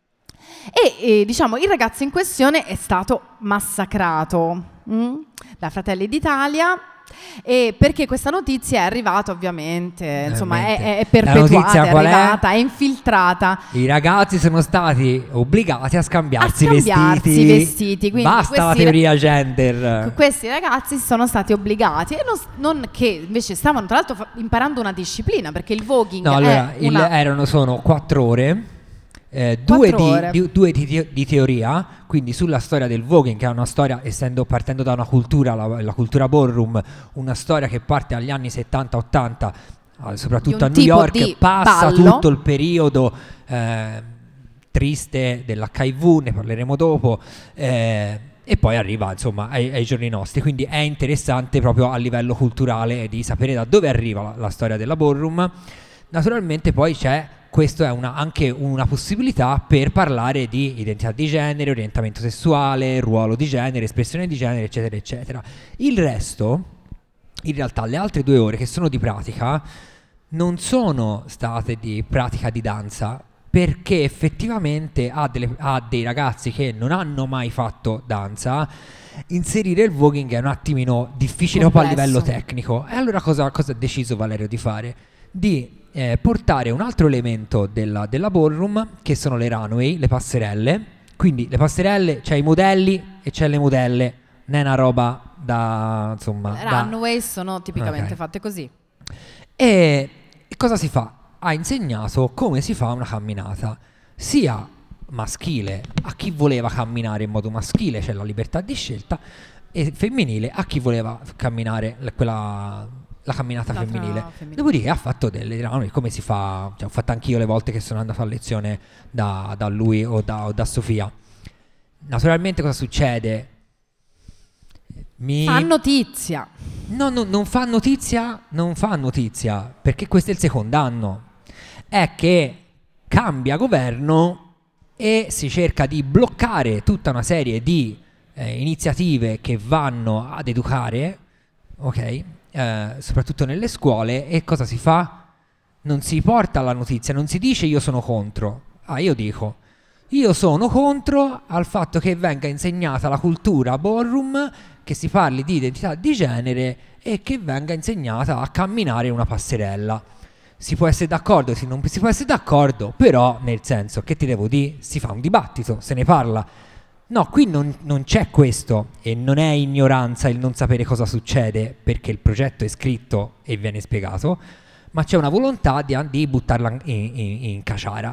E, e, diciamo il ragazzo in questione è stato massacrato mm, da Fratelli d'Italia e perché questa notizia è arrivata ovviamente, insomma è, Veramente. è La perpetuata, notizia è qual è? arrivata, è infiltrata. I ragazzi sono stati obbligati a scambiarsi, A scambiarsi vestiti. i vestiti, quindi Basta la questi- teoria gender. Questi ragazzi sono stati obbligati e non, non che invece stavano tra l'altro fa- imparando una disciplina perché il voguing No, allora, è il- una... erano, sono quattro ore. Eh, due, Quattro di, ore. di- due di, di teoria, quindi sulla storia del voguing, che è una storia, essendo partendo da una cultura, la, la cultura ballroom, una storia che parte agli anni settanta ottanta, eh, soprattutto Di a un New tipo York, di passa ballo. tutto il periodo eh, triste dell'H I V, ne parleremo dopo. eh, E poi arriva insomma ai, ai giorni nostri, quindi è interessante proprio a livello culturale di sapere da dove arriva la, la storia della ballroom. Naturalmente poi c'è, questo è una, anche una possibilità per parlare di identità di genere, orientamento sessuale, ruolo di genere, espressione di genere, eccetera, eccetera. Il resto, in realtà, le altre due ore che sono di pratica, non sono state di pratica di danza, perché effettivamente a, delle, a dei ragazzi che non hanno mai fatto danza, inserire il voguing è un attimino difficile proprio a Complesso. livello tecnico. E allora cosa, cosa ha deciso Valerio di fare? Di eh, portare un altro elemento della, della ballroom, che sono le runway, le passerelle. Quindi le passerelle, c'è i modelli e c'è le modelle, non è una roba da insomma Le da- runway sono tipicamente Ok. fatte così. e, e cosa si fa? Ha insegnato come si fa una camminata sia maschile a chi voleva camminare in modo maschile, c'è la libertà di scelta, e femminile a chi voleva camminare l- quella, la camminata L'altra femminile. femminile. Dopodiché ha fatto delle runway, come si fa, cioè, ho fatto anch'io le volte che sono andato a lezione da, da lui o da, o da Sofia. Naturalmente cosa succede? Mi... Fa notizia. No, no, non fa notizia, non fa notizia, perché questo è il secondo anno. È che cambia governo e si cerca di bloccare tutta una serie di eh, iniziative che vanno ad educare, ok? Eh, soprattutto nelle scuole. E cosa si fa? Non si porta alla notizia, non si dice io sono contro. Ah, io dico, io sono contro al fatto che venga insegnata la cultura ballroom, che si parli di identità di genere e che venga insegnata a camminare una passerella. Si può essere d'accordo, si non si può essere d'accordo, però nel senso, che ti devo dire, si fa un dibattito, se ne parla. No, qui non, non c'è questo, e non è ignoranza il non sapere cosa succede, perché il progetto è scritto e viene spiegato, ma c'è una volontà di, di buttarla in, in, in caciara.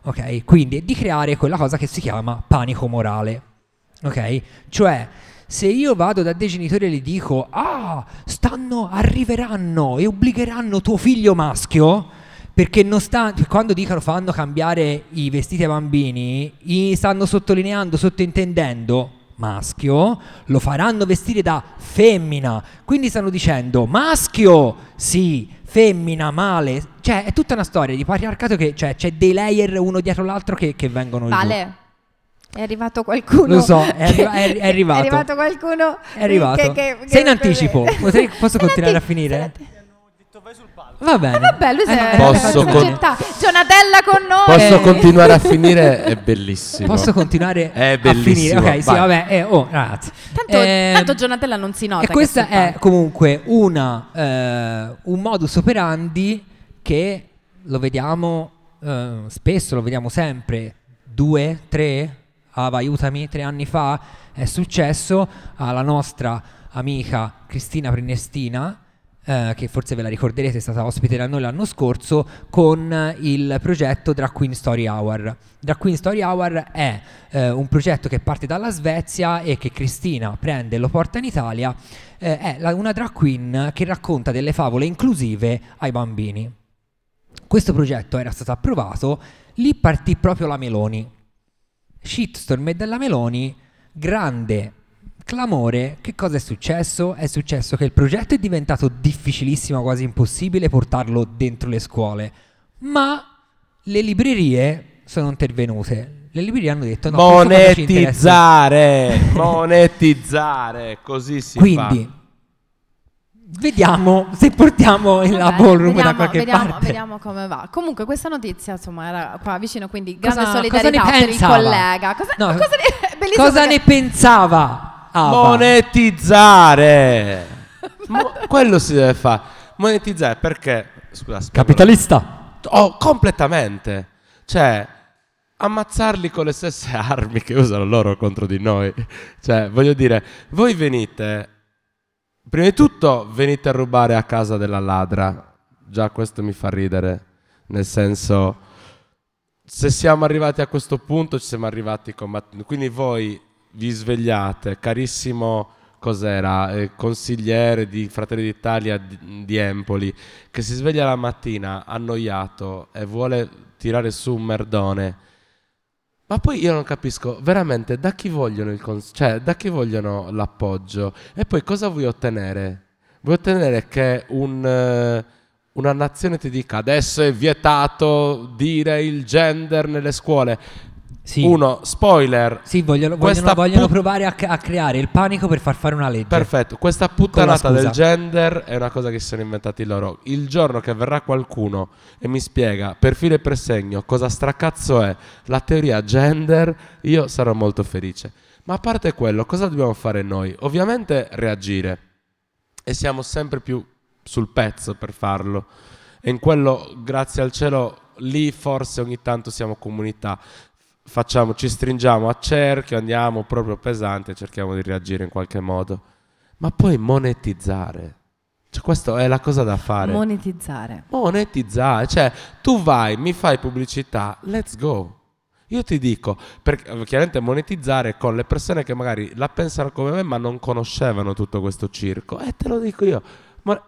ok? Quindi di creare quella cosa che si chiama panico morale, ok? Cioè, se io vado da dei genitori e gli dico ah, stanno, arriveranno e obbligheranno tuo figlio maschio, perché non sta, quando dicono fanno cambiare i vestiti ai bambini, gli stanno sottolineando, sottintendendo maschio, lo faranno vestire da femmina, quindi stanno dicendo maschio sì, femmina male, cioè è tutta una storia di patriarcato che, cioè, c'è dei layer uno dietro l'altro che, che vengono vale. giù. È arrivato qualcuno. Lo so, è, arri- è, è arrivato. È arrivato qualcuno. È arrivato. Che, che, che, Sei in anticipo. Potrei, posso Sei continuare anti- a finire? sei Va bene. Eh, vabbè, lui si è Posso con- società. Donatella con noi. Posso Eh. continuare a finire? È bellissimo. Posso continuare È a bellissimo. finire? Ok, sì, Vai. vabbè. Eh, oh, ragazzi. Tanto, Eh, tanto Donatella non si nota. E che questo è simpatico. comunque una, eh, un modus operandi che lo vediamo eh, spesso, lo vediamo sempre. Due, tre, ah, vai, aiutami, tre anni fa è successo alla nostra amica Cristina Prenestina, eh, che forse ve la ricorderete, è stata ospite da noi l'anno scorso, con il progetto Drag Queen Story Hour. Drag Queen Story Hour è eh, un progetto che parte dalla Svezia e che Cristina prende e lo porta in Italia. Eh, è la- una drag queen che racconta delle favole inclusive ai bambini. Questo progetto era stato approvato, lì partì proprio la Meloni. Shitstorm e della Meloni, grande clamore. Che cosa è successo? È successo che il progetto è diventato difficilissimo, quasi impossibile portarlo dentro le scuole, ma le librerie sono intervenute. Le librerie hanno detto no, questo cosa ci interessa. Monetizzare, monetizzare, così si Quindi fa. vediamo se portiamo il Vabbè, ballroom da vediamo, qualche vediamo, parte. vediamo come va. Comunque questa notizia insomma era qua vicino, quindi grande Cosa- solidarietà cosa ne per pensava? il collega. Cosa, No, cosa ne, bellissimo Cosa perché- ne pensava? Ava? Monetizzare. Mo- quello si deve fare. Monetizzare perché? Scusa, spiego. Capitalista. Oh, completamente. Cioè, ammazzarli con le stesse armi che usano loro contro di noi. Cioè, voglio dire, voi venite, prima di tutto venite a rubare a casa della ladra. Già questo mi fa ridere. Nel senso, se siamo arrivati a questo punto, ci siamo arrivati combattendo. Quindi voi vi svegliate, carissimo, cos'era, eh, consigliere di Fratelli d'Italia di, di Empoli, che si sveglia la mattina annoiato e vuole tirare su un merdone. Ma poi io non capisco veramente da chi vogliono il cons- cioè da chi vogliono l'appoggio, e poi cosa vuoi ottenere? Vuoi ottenere che un, eh, una nazione ti dica adesso è vietato dire il gender nelle scuole? Sì. Uno, spoiler. Sì, vogliono, Questa vogliono, vogliono pu- provare a, a creare il panico per far fare una legge. Perfetto, questa Con puttanata la scusa. del gender è una cosa che si sono inventati loro. Il giorno che verrà qualcuno e mi spiega per filo e per segno cosa stracazzo è la teoria gender, io sarò molto felice. Ma a parte quello, cosa dobbiamo fare noi? Ovviamente reagire, e siamo sempre più sul pezzo per farlo, e in quello, grazie al cielo, lì forse ogni tanto siamo comunità. Facciamo, ci stringiamo a cerchio, andiamo proprio pesante e cerchiamo di reagire in qualche modo. Ma poi monetizzare, cioè questa è la cosa da fare. monetizzare. Monetizzare, cioè tu vai, mi fai pubblicità, let's go. Io ti dico, perché chiaramente monetizzare con le persone che magari la pensano come me ma non conoscevano tutto questo circo, e te lo dico io. Mo-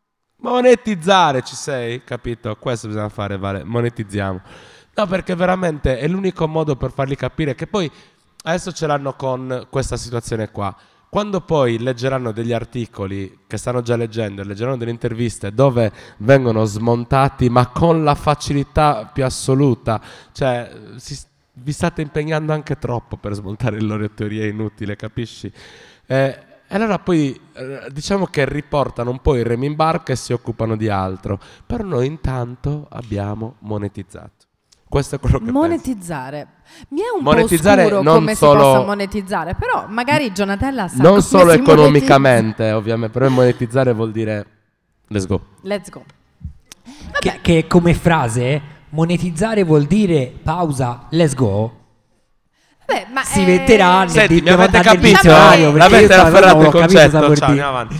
monetizzare, ci sei? Capito? Questo bisogna fare, vale, monetizziamo. No, perché veramente è l'unico modo per fargli capire che poi adesso ce l'hanno con questa situazione qua. Quando poi leggeranno degli articoli che stanno già leggendo, leggeranno delle interviste dove vengono smontati ma con la facilità più assoluta, cioè si, vi state impegnando anche troppo per smontare le loro teorie inutili, capisci? Eh, e allora poi eh, diciamo che riportano un po' il remi in barca e si occupano di altro, però noi intanto abbiamo monetizzato. Questo è quello che Monetizzare. Mi è un Monetizzare po' oscuro non come solo- si possa monetizzare, però magari Donatella sa penso. Non come solo si economicamente, ovviamente, però monetizzare vuol dire let's go. monetizza. Let's go. Che, che come frase monetizzare vuol dire pausa, let's go. Beh, ma Si eh, metterà nel Senti, mi devo avete andare nel capito? dizionario, perché L'avete io sta- afferrato non il ho capito cosa concetto? vuol Ciao, dire. andiamo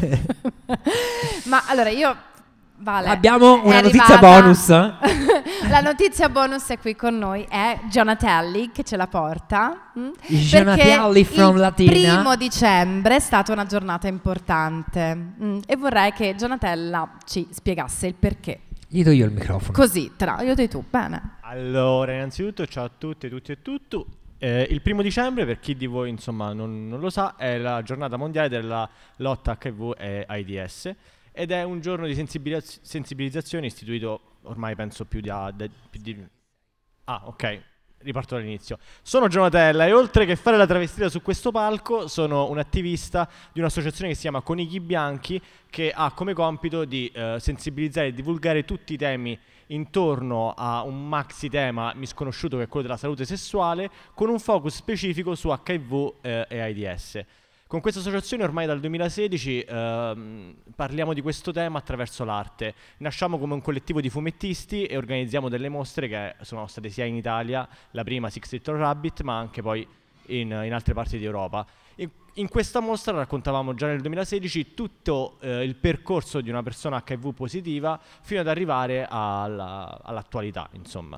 avanti. Ma allora io Vale, Abbiamo è una notizia arrivata- bonus. è La notizia bonus è qui con noi, è Jonatelli che ce la porta. mm? Jonatelli from il Latina. primo dicembre è stata una giornata importante mm, e vorrei che Jonatella ci spiegasse il perché. Gli do io il microfono. Così, tra io e tu, bene. Allora, innanzitutto ciao a tutte, tutti e tutto. Eh, il primo dicembre, per chi di voi insomma non, non lo sa, è la giornata mondiale della lotta acca i vu e AIDS ed è un giorno di sensibilizz- sensibilizzazione istituito ormai penso più di, da, più di... Ah, ok, riparto dall'inizio. Sono Jonatella e oltre che fare la travestita su questo palco sono un attivista di un'associazione che si chiama Conigli Bianchi, che ha come compito di eh, sensibilizzare e divulgare tutti i temi intorno a un maxi tema misconosciuto che è quello della salute sessuale, con un focus specifico su acca i vu eh, e AIDS. Con questa associazione ormai dal duemilasedici ehm, parliamo di questo tema attraverso l'arte. Nasciamo come un collettivo di fumettisti e organizziamo delle mostre che sono state sia in Italia, la prima Six Little Rabbit, ma anche poi in, in altre parti d'Europa. In, in questa mostra raccontavamo già nel duemilasedici tutto eh, il percorso di una persona acca i vu positiva fino ad arrivare alla, all'attualità, insomma.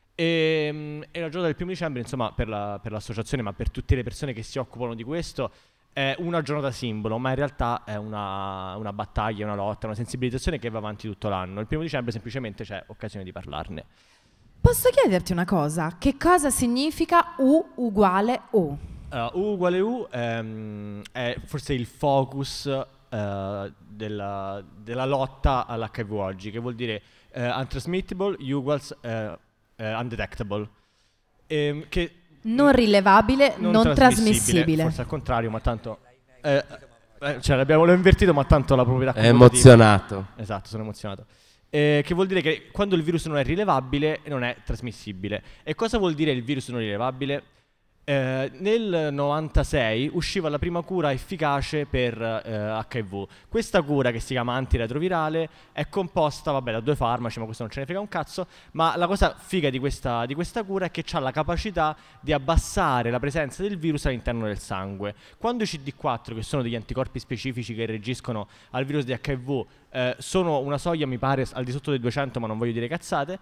E, e la giornata del primo dicembre, insomma, per, la, per l'associazione, ma per tutte le persone che si occupano di questo, è una giornata simbolo, ma in realtà è una, una battaglia, una lotta, una sensibilizzazione che va avanti tutto l'anno. Il primo dicembre semplicemente c'è occasione di parlarne. Posso chiederti una cosa? Che cosa significa U uguale U? Uh, U uguale U ehm, è forse il focus uh, della, della lotta all'acca i vu oggi, che vuol dire uh, untransmittable, U uguals uh, uh, undetectable. Ehm, che Non rilevabile, non, non trasmissibile. Forse al contrario, ma tanto... Eh, eh, cioè l'abbiamo l'ho invertito, ma tanto la proprietà... È emozionato. Esatto, sono emozionato. Eh, che vuol dire che quando il virus non è rilevabile, non è trasmissibile. E cosa vuol dire il virus non rilevabile? Eh, nel novantasei usciva la prima cura efficace per eh, acca i vu. Questa cura, che si chiama antiretrovirale, è composta vabbè, da due farmaci, ma questo non ce ne frega un cazzo. Ma la cosa figa di questa, di questa cura è che ha la capacità di abbassare la presenza del virus all'interno del sangue. Quando i C D quattro, che sono degli anticorpi specifici che reagiscono al virus di acca i vu, eh, sono una soglia, mi pare, al di sotto dei duecento, ma non voglio dire cazzate,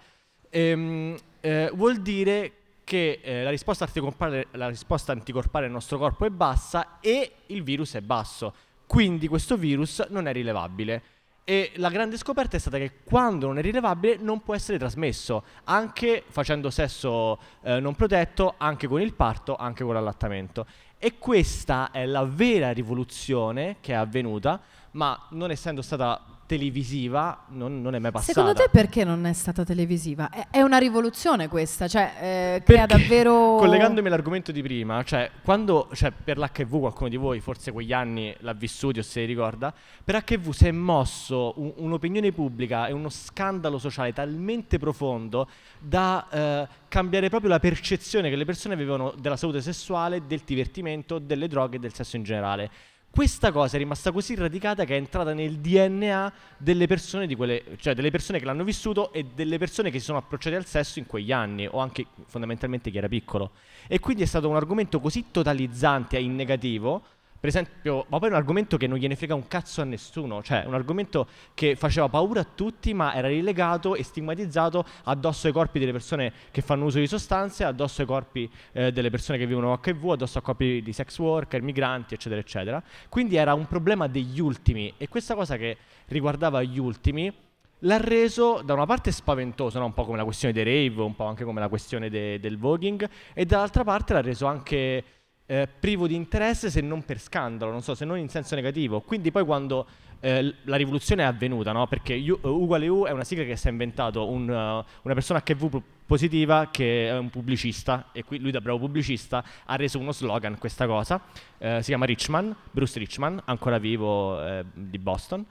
ehm, eh, vuol dire che eh, la risposta anticorpale, la risposta anticorpale del nostro corpo è bassa e il virus è basso, quindi questo virus non è rilevabile. E la grande scoperta è stata che quando non è rilevabile non può essere trasmesso, anche facendo sesso eh, non protetto, anche con il parto, anche con l'allattamento. E questa è la vera rivoluzione che è avvenuta, ma non essendo stata televisiva non, non è mai passata. Secondo te perché non è stata televisiva? È, è una rivoluzione questa, cioè eh, crea davvero... Collegandomi all'argomento di prima, cioè quando, cioè per l'acca i vu, qualcuno di voi forse quegli anni l'ha vissuto o se li ricorda, per acca i vu si è mosso un, un'opinione pubblica e uno scandalo sociale talmente profondo da eh, cambiare proprio la percezione che le persone avevano della salute sessuale, del divertimento, delle droghe e del sesso in generale. Questa cosa è rimasta così radicata che è entrata nel D N A delle persone, di quelle, cioè delle persone che l'hanno vissuto e delle persone che si sono approcciate al sesso in quegli anni, o anche fondamentalmente chi era piccolo. E quindi è stato un argomento così totalizzante e in negativo, per esempio, ma poi un argomento che non gliene frega un cazzo a nessuno, cioè un argomento che faceva paura a tutti, ma era rilegato e stigmatizzato addosso ai corpi delle persone che fanno uso di sostanze, addosso ai corpi eh, delle persone che vivono acca i vu, addosso ai corpi di sex worker, migranti, eccetera, eccetera. Quindi era un problema degli ultimi, e questa cosa che riguardava gli ultimi l'ha reso da una parte spaventoso, no? Un po' come la questione dei rave, un po' anche come la questione de- del voguing, e dall'altra parte l'ha reso anche... Eh, privo di interesse, se non per scandalo, non so, se non in senso negativo. Quindi poi quando eh, la rivoluzione è avvenuta, no? Perché U, uh, uguale U è una sigla che si è inventato un, uh, una persona acca i vu positiva che è un pubblicista, e qui lui da bravo pubblicista ha reso uno slogan, questa cosa, eh, si chiama Richman, Bruce Richman, ancora vivo, eh, di Boston,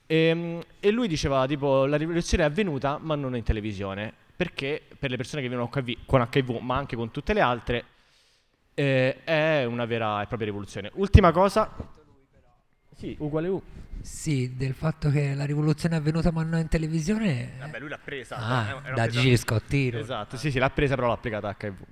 e, e lui diceva tipo la rivoluzione è avvenuta ma non in televisione, perché per le persone che vivono con acca i vu, ma anche con tutte le altre, Eh, è una vera e propria rivoluzione. Ultima cosa, sì, uguale U. Sì, del fatto che la rivoluzione è avvenuta ma non in televisione. Vabbè, lui l'ha presa. Ah, è- è una da presa- Gigi Scottino. Esatto, sì, sì, l'ha presa, però l'ha applicata a acca i vu.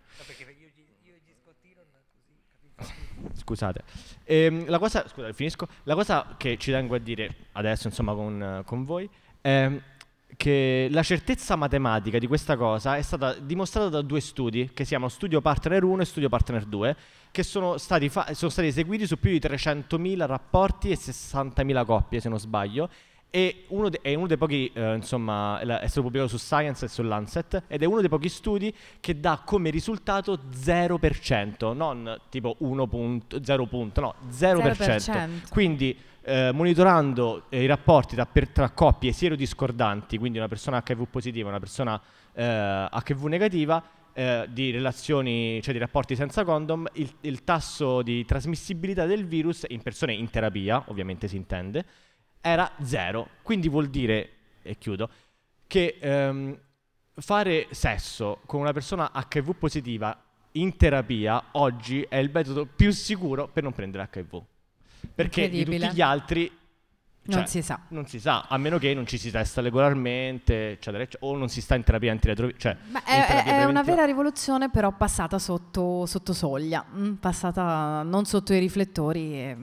Scusate. Ehm, la cosa, scusate, finisco. La cosa che ci tengo a dire adesso, insomma, con, con voi, è che la certezza matematica di questa cosa è stata dimostrata da due studi che si chiamano Studio Partner uno e Studio Partner due, che sono stati, fa- sono stati eseguiti su più di trecentomila rapporti e sessantamila coppie, se non sbaglio. E uno de- è uno dei pochi, eh, insomma, è, la- è stato pubblicato su Science e su Lancet, ed è uno dei pochi studi che dà come risultato zero per cento, non tipo uno punto, zero punto, no, zero per cento. zero per cento. Quindi eh, monitorando eh, i rapporti tra, per- tra coppie sierodiscordanti, quindi una persona acca i vu positiva e una persona eh, acca i vu negativa, eh, di relazioni, cioè di rapporti senza condom, il, il tasso di trasmissibilità del virus in persone in terapia, ovviamente si intende, era zero. Quindi vuol dire, e chiudo, che ehm, fare sesso con una persona acca i vu positiva in terapia oggi è il metodo più sicuro per non prendere acca i vu, perché di Incredibile. tutti gli altri Non cioè, si sa. non si sa, a meno che non ci si testa regolarmente, eccetera, eccetera, o non si sta in terapia antiretrovirale, cioè Ma in è, terapia è una preventiva. vera rivoluzione, però passata sotto, sotto soglia, mm, passata non sotto i riflettori. E,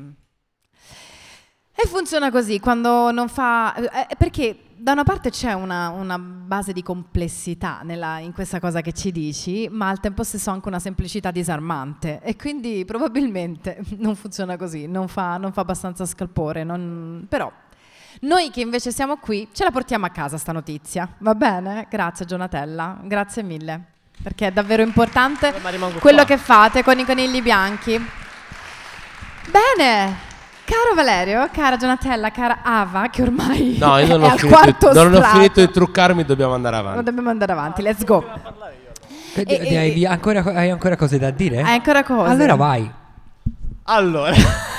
e funziona così, quando non fa... eh, perché da una parte c'è una, una base di complessità nella- in questa cosa che ci dici, ma al tempo stesso anche una semplicità disarmante. E quindi probabilmente non funziona così, non fa, non fa abbastanza scalpore. non- Però... Noi che invece siamo qui, ce la portiamo a casa sta notizia, va bene? Grazie Donatella, grazie mille, perché è davvero importante Ma rimango quello qua. che fate con i conigli bianchi. Bene, caro Valerio, cara Donatella, cara Ava, che ormai No, io non è ho, al finito, quarto non ho strato. finito di truccarmi, dobbiamo andare Non avanti. dobbiamo andare avanti, let's go. Eh, E- e- hai, ancora, hai ancora cose da dire? Hai ancora cose? Allora vai. Allora,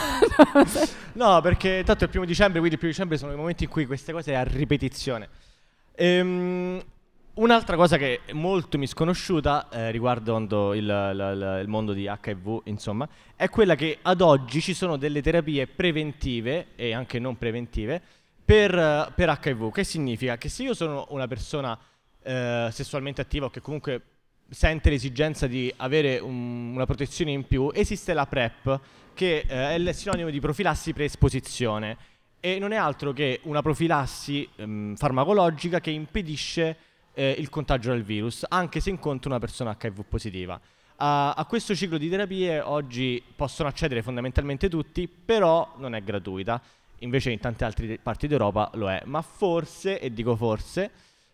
no, perché tanto è il primo dicembre, quindi il primo dicembre sono i momenti in cui queste cose è a ripetizione. Ehm, un'altra cosa che è molto misconosciuta eh, riguardando il, il- il- il mondo di acca i vu, insomma, è quella che ad oggi ci sono delle terapie preventive e anche non preventive per, eh, per acca i vu. Che significa? Che se io sono una persona eh, sessualmente attiva o che comunque sente l'esigenza di avere un- una protezione in più, esiste la PrEP, che eh, è il sinonimo di profilassi preesposizione, e non è altro che una profilassi ehm, farmacologica che impedisce eh, il contagio del virus, anche se incontro una persona acca i vu positiva. A, a questo ciclo di terapie oggi possono accedere fondamentalmente tutti, però non è gratuita, invece in tante altre parti d'Europa lo è, ma forse, e dico forse,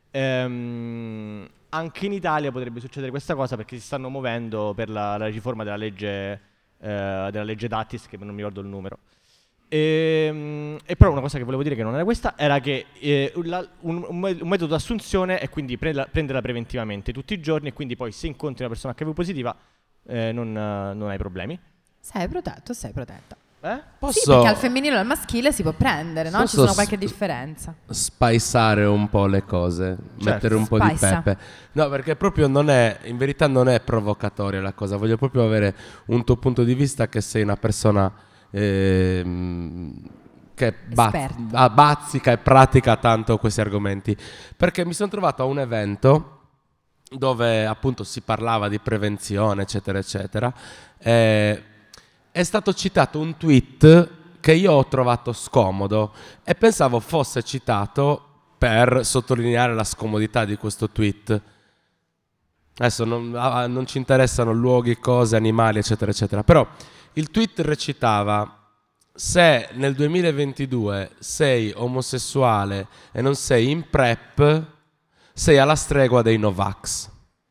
ehm, anche in Italia potrebbe succedere questa cosa, perché si stanno muovendo per la, la riforma della legge eh, della legge Dattis, che non mi ricordo il numero. E, e però una cosa che volevo dire che non era questa era che eh, la- un, un me- un metodo d'assunzione è quindi pre- prenderla preventivamente tutti i giorni, e quindi poi se incontri una persona acca i vu positiva eh, non, eh, non hai problemi. Sei protetto, sei protetta. Eh? Posso Sì, perché al femminile e al maschile si può prendere, no? Ci Posso sono s- qualche differenza. spiceare un po' le cose, mettere un po' Spicea. di pepe. No, perché proprio non è, in verità non è provocatoria la cosa, voglio proprio avere un tuo punto di vista, che sei una persona ehm, che baz- Esperta. ah, bazzica e pratica tanto questi argomenti, perché mi sono trovato a un evento dove appunto si parlava di prevenzione, eccetera, eccetera. Eh, è stato citato un tweet che io ho trovato scomodo e pensavo fosse citato per sottolineare la scomodità di questo tweet. Adesso non, ah, non ci interessano luoghi, cose, animali, eccetera, eccetera. Però il tweet recitava: se nel duemilaventidue sei omosessuale e non sei in PrEP, sei alla stregua dei Novax.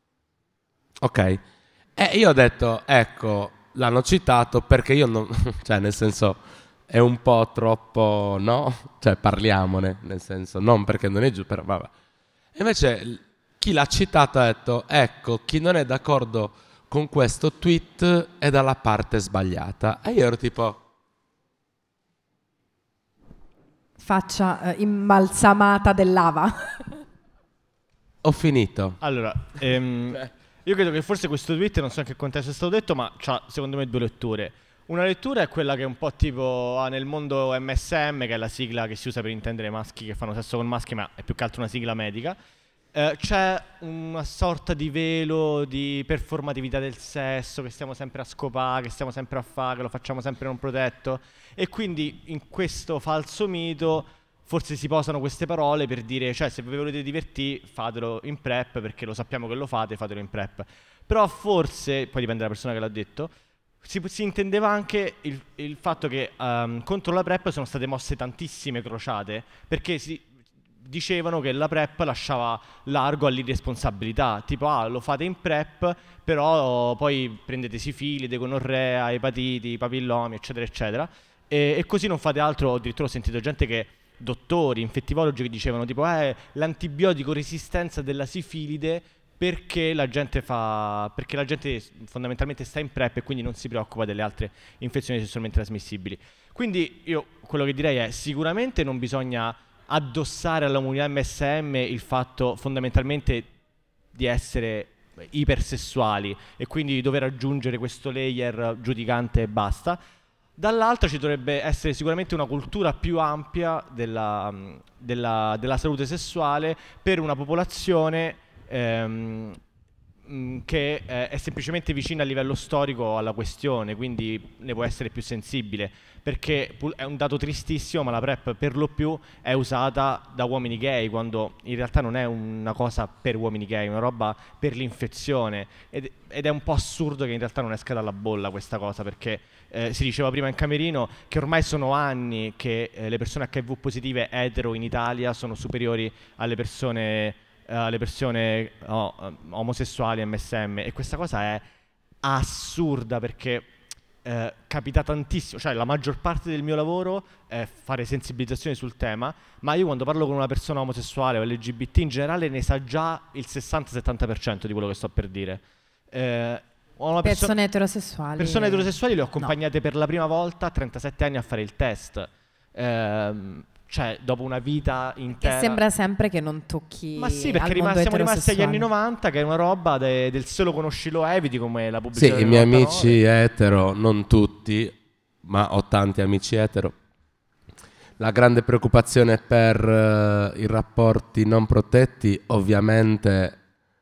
Ok? E io ho detto, ecco, l'hanno citato perché io non... cioè, nel senso, è un po' troppo, no? Cioè, parliamone, nel senso, non perché non è giusto, però vabbè. E invece l- chi l'ha citato ha detto, ecco, chi non è d'accordo con questo tweet è dalla parte sbagliata. E io ero tipo... Faccia eh, imbalsamata dell'ava. Ho finito. Allora, ehm, io credo che forse questo tweet, non so in che contesto è stato detto, ma c'ha secondo me due letture. Una lettura è quella che è un po' tipo ah, nel mondo M S M, che è la sigla che si usa per intendere maschi che fanno sesso con maschi, ma è più che altro una sigla medica. Eh, c'è una sorta di velo di performatività del sesso, che stiamo sempre a scopare, che stiamo sempre a fare, che lo facciamo sempre non protetto, e quindi in questo falso mito forse si posano queste parole per dire, cioè se vi volete divertire fatelo in PrEP, perché lo sappiamo che lo fate, fatelo in PrEP. Però forse, poi dipende dalla persona che l'ha detto, si, si intendeva anche il, il fatto che um, contro la PrEP sono state mosse tantissime crociate, perché si dicevano che la PrEP lasciava largo all'irresponsabilità, tipo ah lo fate in PrEP però poi prendete sifilide, gonorrea, epatiti, papillomi eccetera eccetera, e, e così non fate altro. Addirittura ho sentito gente che, dottori, infettivologi, che dicevano tipo eh l'antibiotico resistenza della sifilide perché la gente fa perché la gente fondamentalmente sta in PrEP e quindi non si preoccupa delle altre infezioni sessualmente trasmissibili. Quindi io quello che direi è sicuramente non bisogna addossare alla comunità M S M il fatto fondamentalmente di essere ipersessuali e quindi di dover aggiungere questo layer giudicante e basta. Dall'altra ci dovrebbe essere sicuramente una cultura più ampia della, della, della salute sessuale per una popolazione ehm, che eh, è semplicemente vicina a livello storico alla questione, quindi ne può essere più sensibile, perché è un dato tristissimo, ma la PrEP per lo più è usata da uomini gay, quando in realtà non è una cosa per uomini gay, è una roba per l'infezione, ed, ed è un po' assurdo che in realtà non esca dalla bolla questa cosa, perché eh, si diceva prima in camerino che ormai sono anni che eh, le persone acca i vu positive etero in Italia sono superiori alle persone alle persone oh, omosessuali M S M, e questa cosa è assurda, perché eh, capita tantissimo, cioè la maggior parte del mio lavoro è fare sensibilizzazione sul tema, ma io quando parlo con una persona omosessuale o L G B T in generale ne sa già il sessanta settanta per cento di quello che sto per dire. eh, ho una perso- persone eterosessuali persone eterosessuali le ho accompagnate no. per la prima volta a trentasette anni a fare il test, eh, cioè dopo una vita intera. E sembra sempre che non tocchi. Ma sì, perché al rim- mondo siamo rimasti agli anni eterosessuale. novanta, che è una roba de- del se lo conosci lo eviti, come la pubblicità Sì, del i miei novantanove. amici etero, non tutti, ma ho tanti amici etero. La grande preoccupazione per uh, i rapporti non protetti ovviamente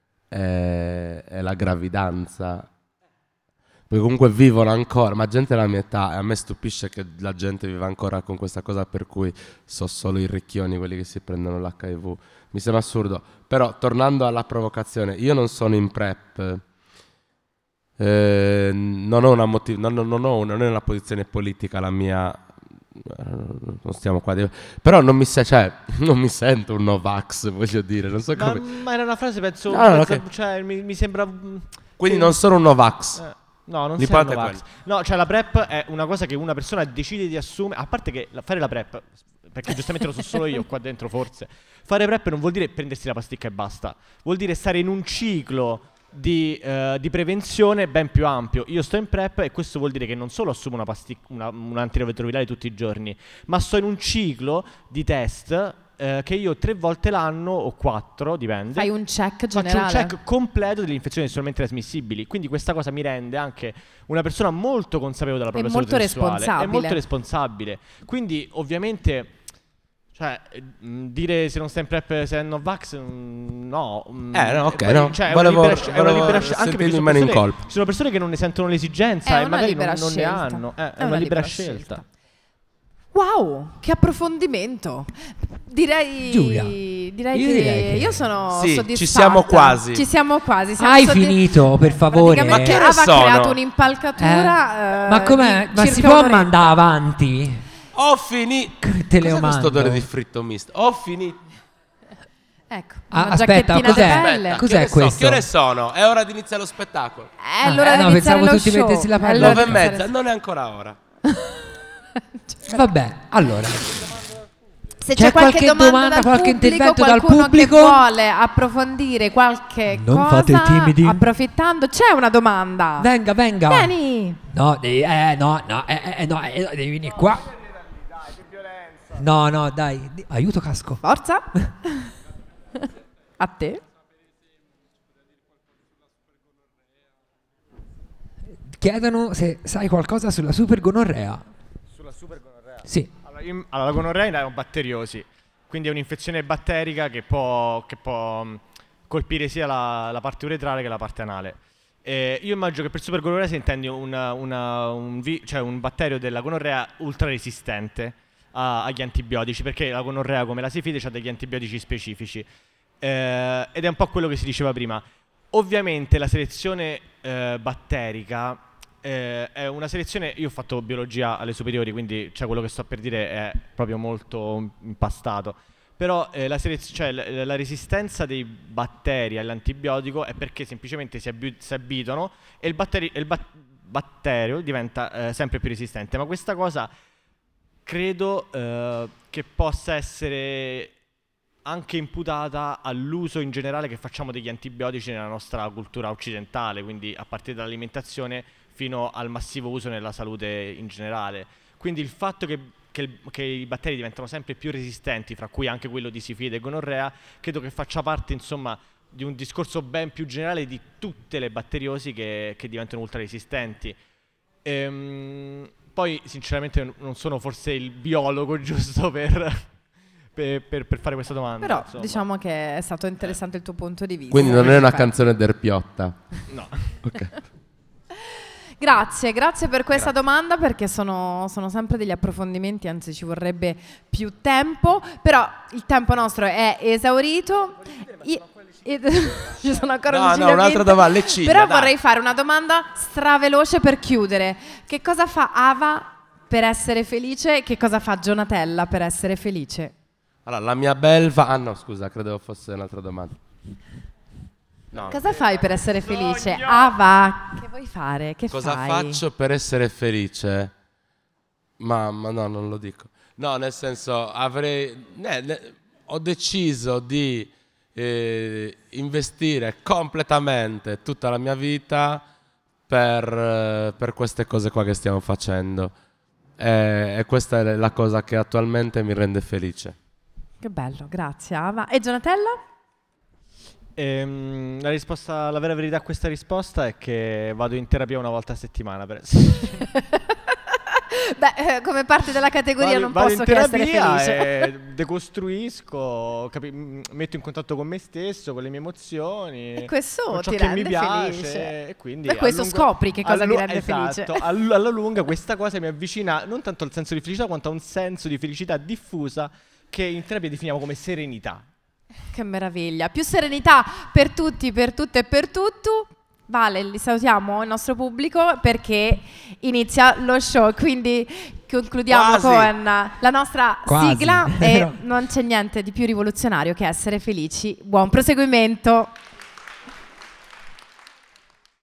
è, è la gravidanza. Perché comunque vivono ancora, ma gente della mia età, e a me stupisce che la gente viva ancora con questa cosa per cui so solo i ricchioni, quelli che si prendono l'H I V. Mi sembra assurdo. Però, tornando alla provocazione, io non sono in PrEP, eh, non ho una motiv- non, non, ho una, non è una posizione politica la mia, non stiamo qua, di- però non mi, se- cioè, non mi sento un Novax, voglio dire, non so Ma, come... ma era una frase, penso, No, no, mezza- ok. cioè, mi, mi sembra... Quindi non sono un Novax. Eh, no, non L'ipotesi sei è Novax. No, cioè la PrEP è una cosa che una persona decide di assumere, a parte che la- fare la PrEP, perché giustamente lo so solo io qua dentro forse, fare PrEP non vuol dire prendersi la pasticca e basta, vuol dire stare in un ciclo di, eh, di prevenzione ben più ampio. Io sto in PrEP e questo vuol dire che non solo assumo una pasticca, una, un antiretrovirale tutti i giorni, ma sto in un ciclo di test eh, che io tre volte l'anno o quattro, dipende. Fai un check Faccio generale. un check completo delle infezioni sessualmente trasmissibili, quindi questa cosa mi rende anche una persona molto consapevole della propria molto salute sessuale, responsabile. è molto responsabile. Quindi ovviamente, cioè, mh, dire se non stai in PrEP sei Novax, mh, no. mh, Eh, no, ok, eh, no. cioè, è Volevo- una libera, sc- è una volevo libera sc- anche perché sentirmi sono meno in persone, colpa. ci sono persone che non ne sentono l'esigenza È e una magari non, libera non ne scelta. hanno. Eh, è, È una, una libera, libera scelta. scelta. Wow, che approfondimento. Direi Giulia, direi io che, direi che- io sono Sì, soddisfatta. ci siamo quasi. Ci siamo quasi. Siamo Hai soddisf- finito, per favore. Praticamente Ma che ore Ava ha sono? creato un'impalcatura. Eh, eh, ma com'è? di Ma si circa può un'oretta. mandare avanti? Ho finito. Te le Cos'è questo mando. odore di fritto misto? Ho finito. Ecco, Ah, una aspetta, giacchettina cos'è? di Aspetta, pelle. cos'è che ore so- questo? che ore sono? È ora di iniziare lo spettacolo. È l'ora Ah, di no, iniziare pensavo lo tutti show. mettessi la È palla. l'ora Nove di e mezza, iniziare- non è ancora ora. Vabbè, allora. Se C'è c'è, qualche, qualche domanda, domanda, dal qualche pubblico, intervento dal qualcuno pubblico? che vuole approfondire qualche Non cosa, fate i timidi. approfittando, c'è una domanda. Venga, venga. Vieni. No, devi, eh, no, no, eh, eh, no, eh, devi venire qua. No, no, dai, di- aiuto casco. Forza. A te. Chiedono se sai qualcosa sulla super gonorrea. Sulla super gonorrea? Sì. Allora, io- allora, la gonorrea è un batteriosi, quindi è un'infezione batterica che può, che può mh, colpire sia la, la parte uretrale che la parte anale. Eh, io immagino che per super gonorrea si intendi una- una- un, vi- cioè un batterio della gonorrea ultra resistente. a- agli antibiotici, perché la gonorrea come la sifilide ha degli antibiotici specifici. Eh, ed è un po' quello che si diceva prima. Ovviamente la selezione eh, batterica eh, è una selezione. Io ho fatto biologia alle superiori, quindi cioè, quello che sto per dire è proprio molto impastato. Però eh, la, selez- cioè, la, la resistenza dei batteri all'antibiotico è perché semplicemente si, abu- si abituano e il, batteri- il bat- batterio diventa eh, sempre più resistente. Ma questa cosa credo eh, che possa essere anche imputata all'uso in generale che facciamo degli antibiotici nella nostra cultura occidentale, quindi a partire dall'alimentazione fino al massivo uso nella salute in generale. Quindi il fatto che, che, il, che i batteri diventano sempre più resistenti, fra cui anche quello di sifilide e gonorrea, credo che faccia parte, insomma, di un discorso ben più generale di tutte le batteriosi che, che diventano ultra resistenti. Ehm, poi sinceramente non sono forse il biologo giusto per... Per, per, per fare questa domanda. Però insomma. diciamo che è stato interessante il tuo punto di vista. Quindi non è una Perfetto. canzone del Piotta. No. Ok. Grazie, grazie per questa domanda, perché sono, sono sempre degli approfondimenti, anzi ci vorrebbe più tempo, però il tempo nostro è esaurito. Io- ed- ci sono ancora No, lucine no, un'altra vinte. domanda, le ciglia, Però dai. vorrei fare una domanda straveloce per chiudere. Che cosa fa Ava per essere felice e che cosa fa Donatella per essere felice? Allora, la mia belva... Ah no, scusa, credevo fosse un'altra domanda. No. Cosa fai per essere felice? Ava, che vuoi fare? Che Cosa fai? faccio per essere felice? Mamma, no, non lo dico. No, nel senso, avrei... ne- ne- ho deciso di eh, investire completamente tutta la mia vita per, eh, per queste cose qua che stiamo facendo. E, e questa è la cosa che attualmente mi rende felice. Che bello, grazie Ava. E Donatella? Ehm, la risposta, la vera verità a questa risposta è che vado in terapia una volta a settimana per essere Beh, eh, come parte della categoria vado, non vado posso in che essere terapia felice. e decostruisco, capi- m- metto in contatto con me stesso, con le mie emozioni, E questo con ciò ti che rende mi piace, felice. e quindi Per questo a lungo- scopri che cosa a ti lu- rende esatto, felice. all- alla lunga questa cosa mi avvicina non tanto al senso di felicità quanto a un senso di felicità diffusa che in terapia definiamo come serenità. Che meraviglia. Più serenità per tutti, per tutte e per tutto. Vale, li salutiamo il nostro pubblico perché inizia lo show, quindi concludiamo Quasi. con la nostra Quasi. sigla e Però- non c'è niente di più rivoluzionario che essere felici. Buon proseguimento.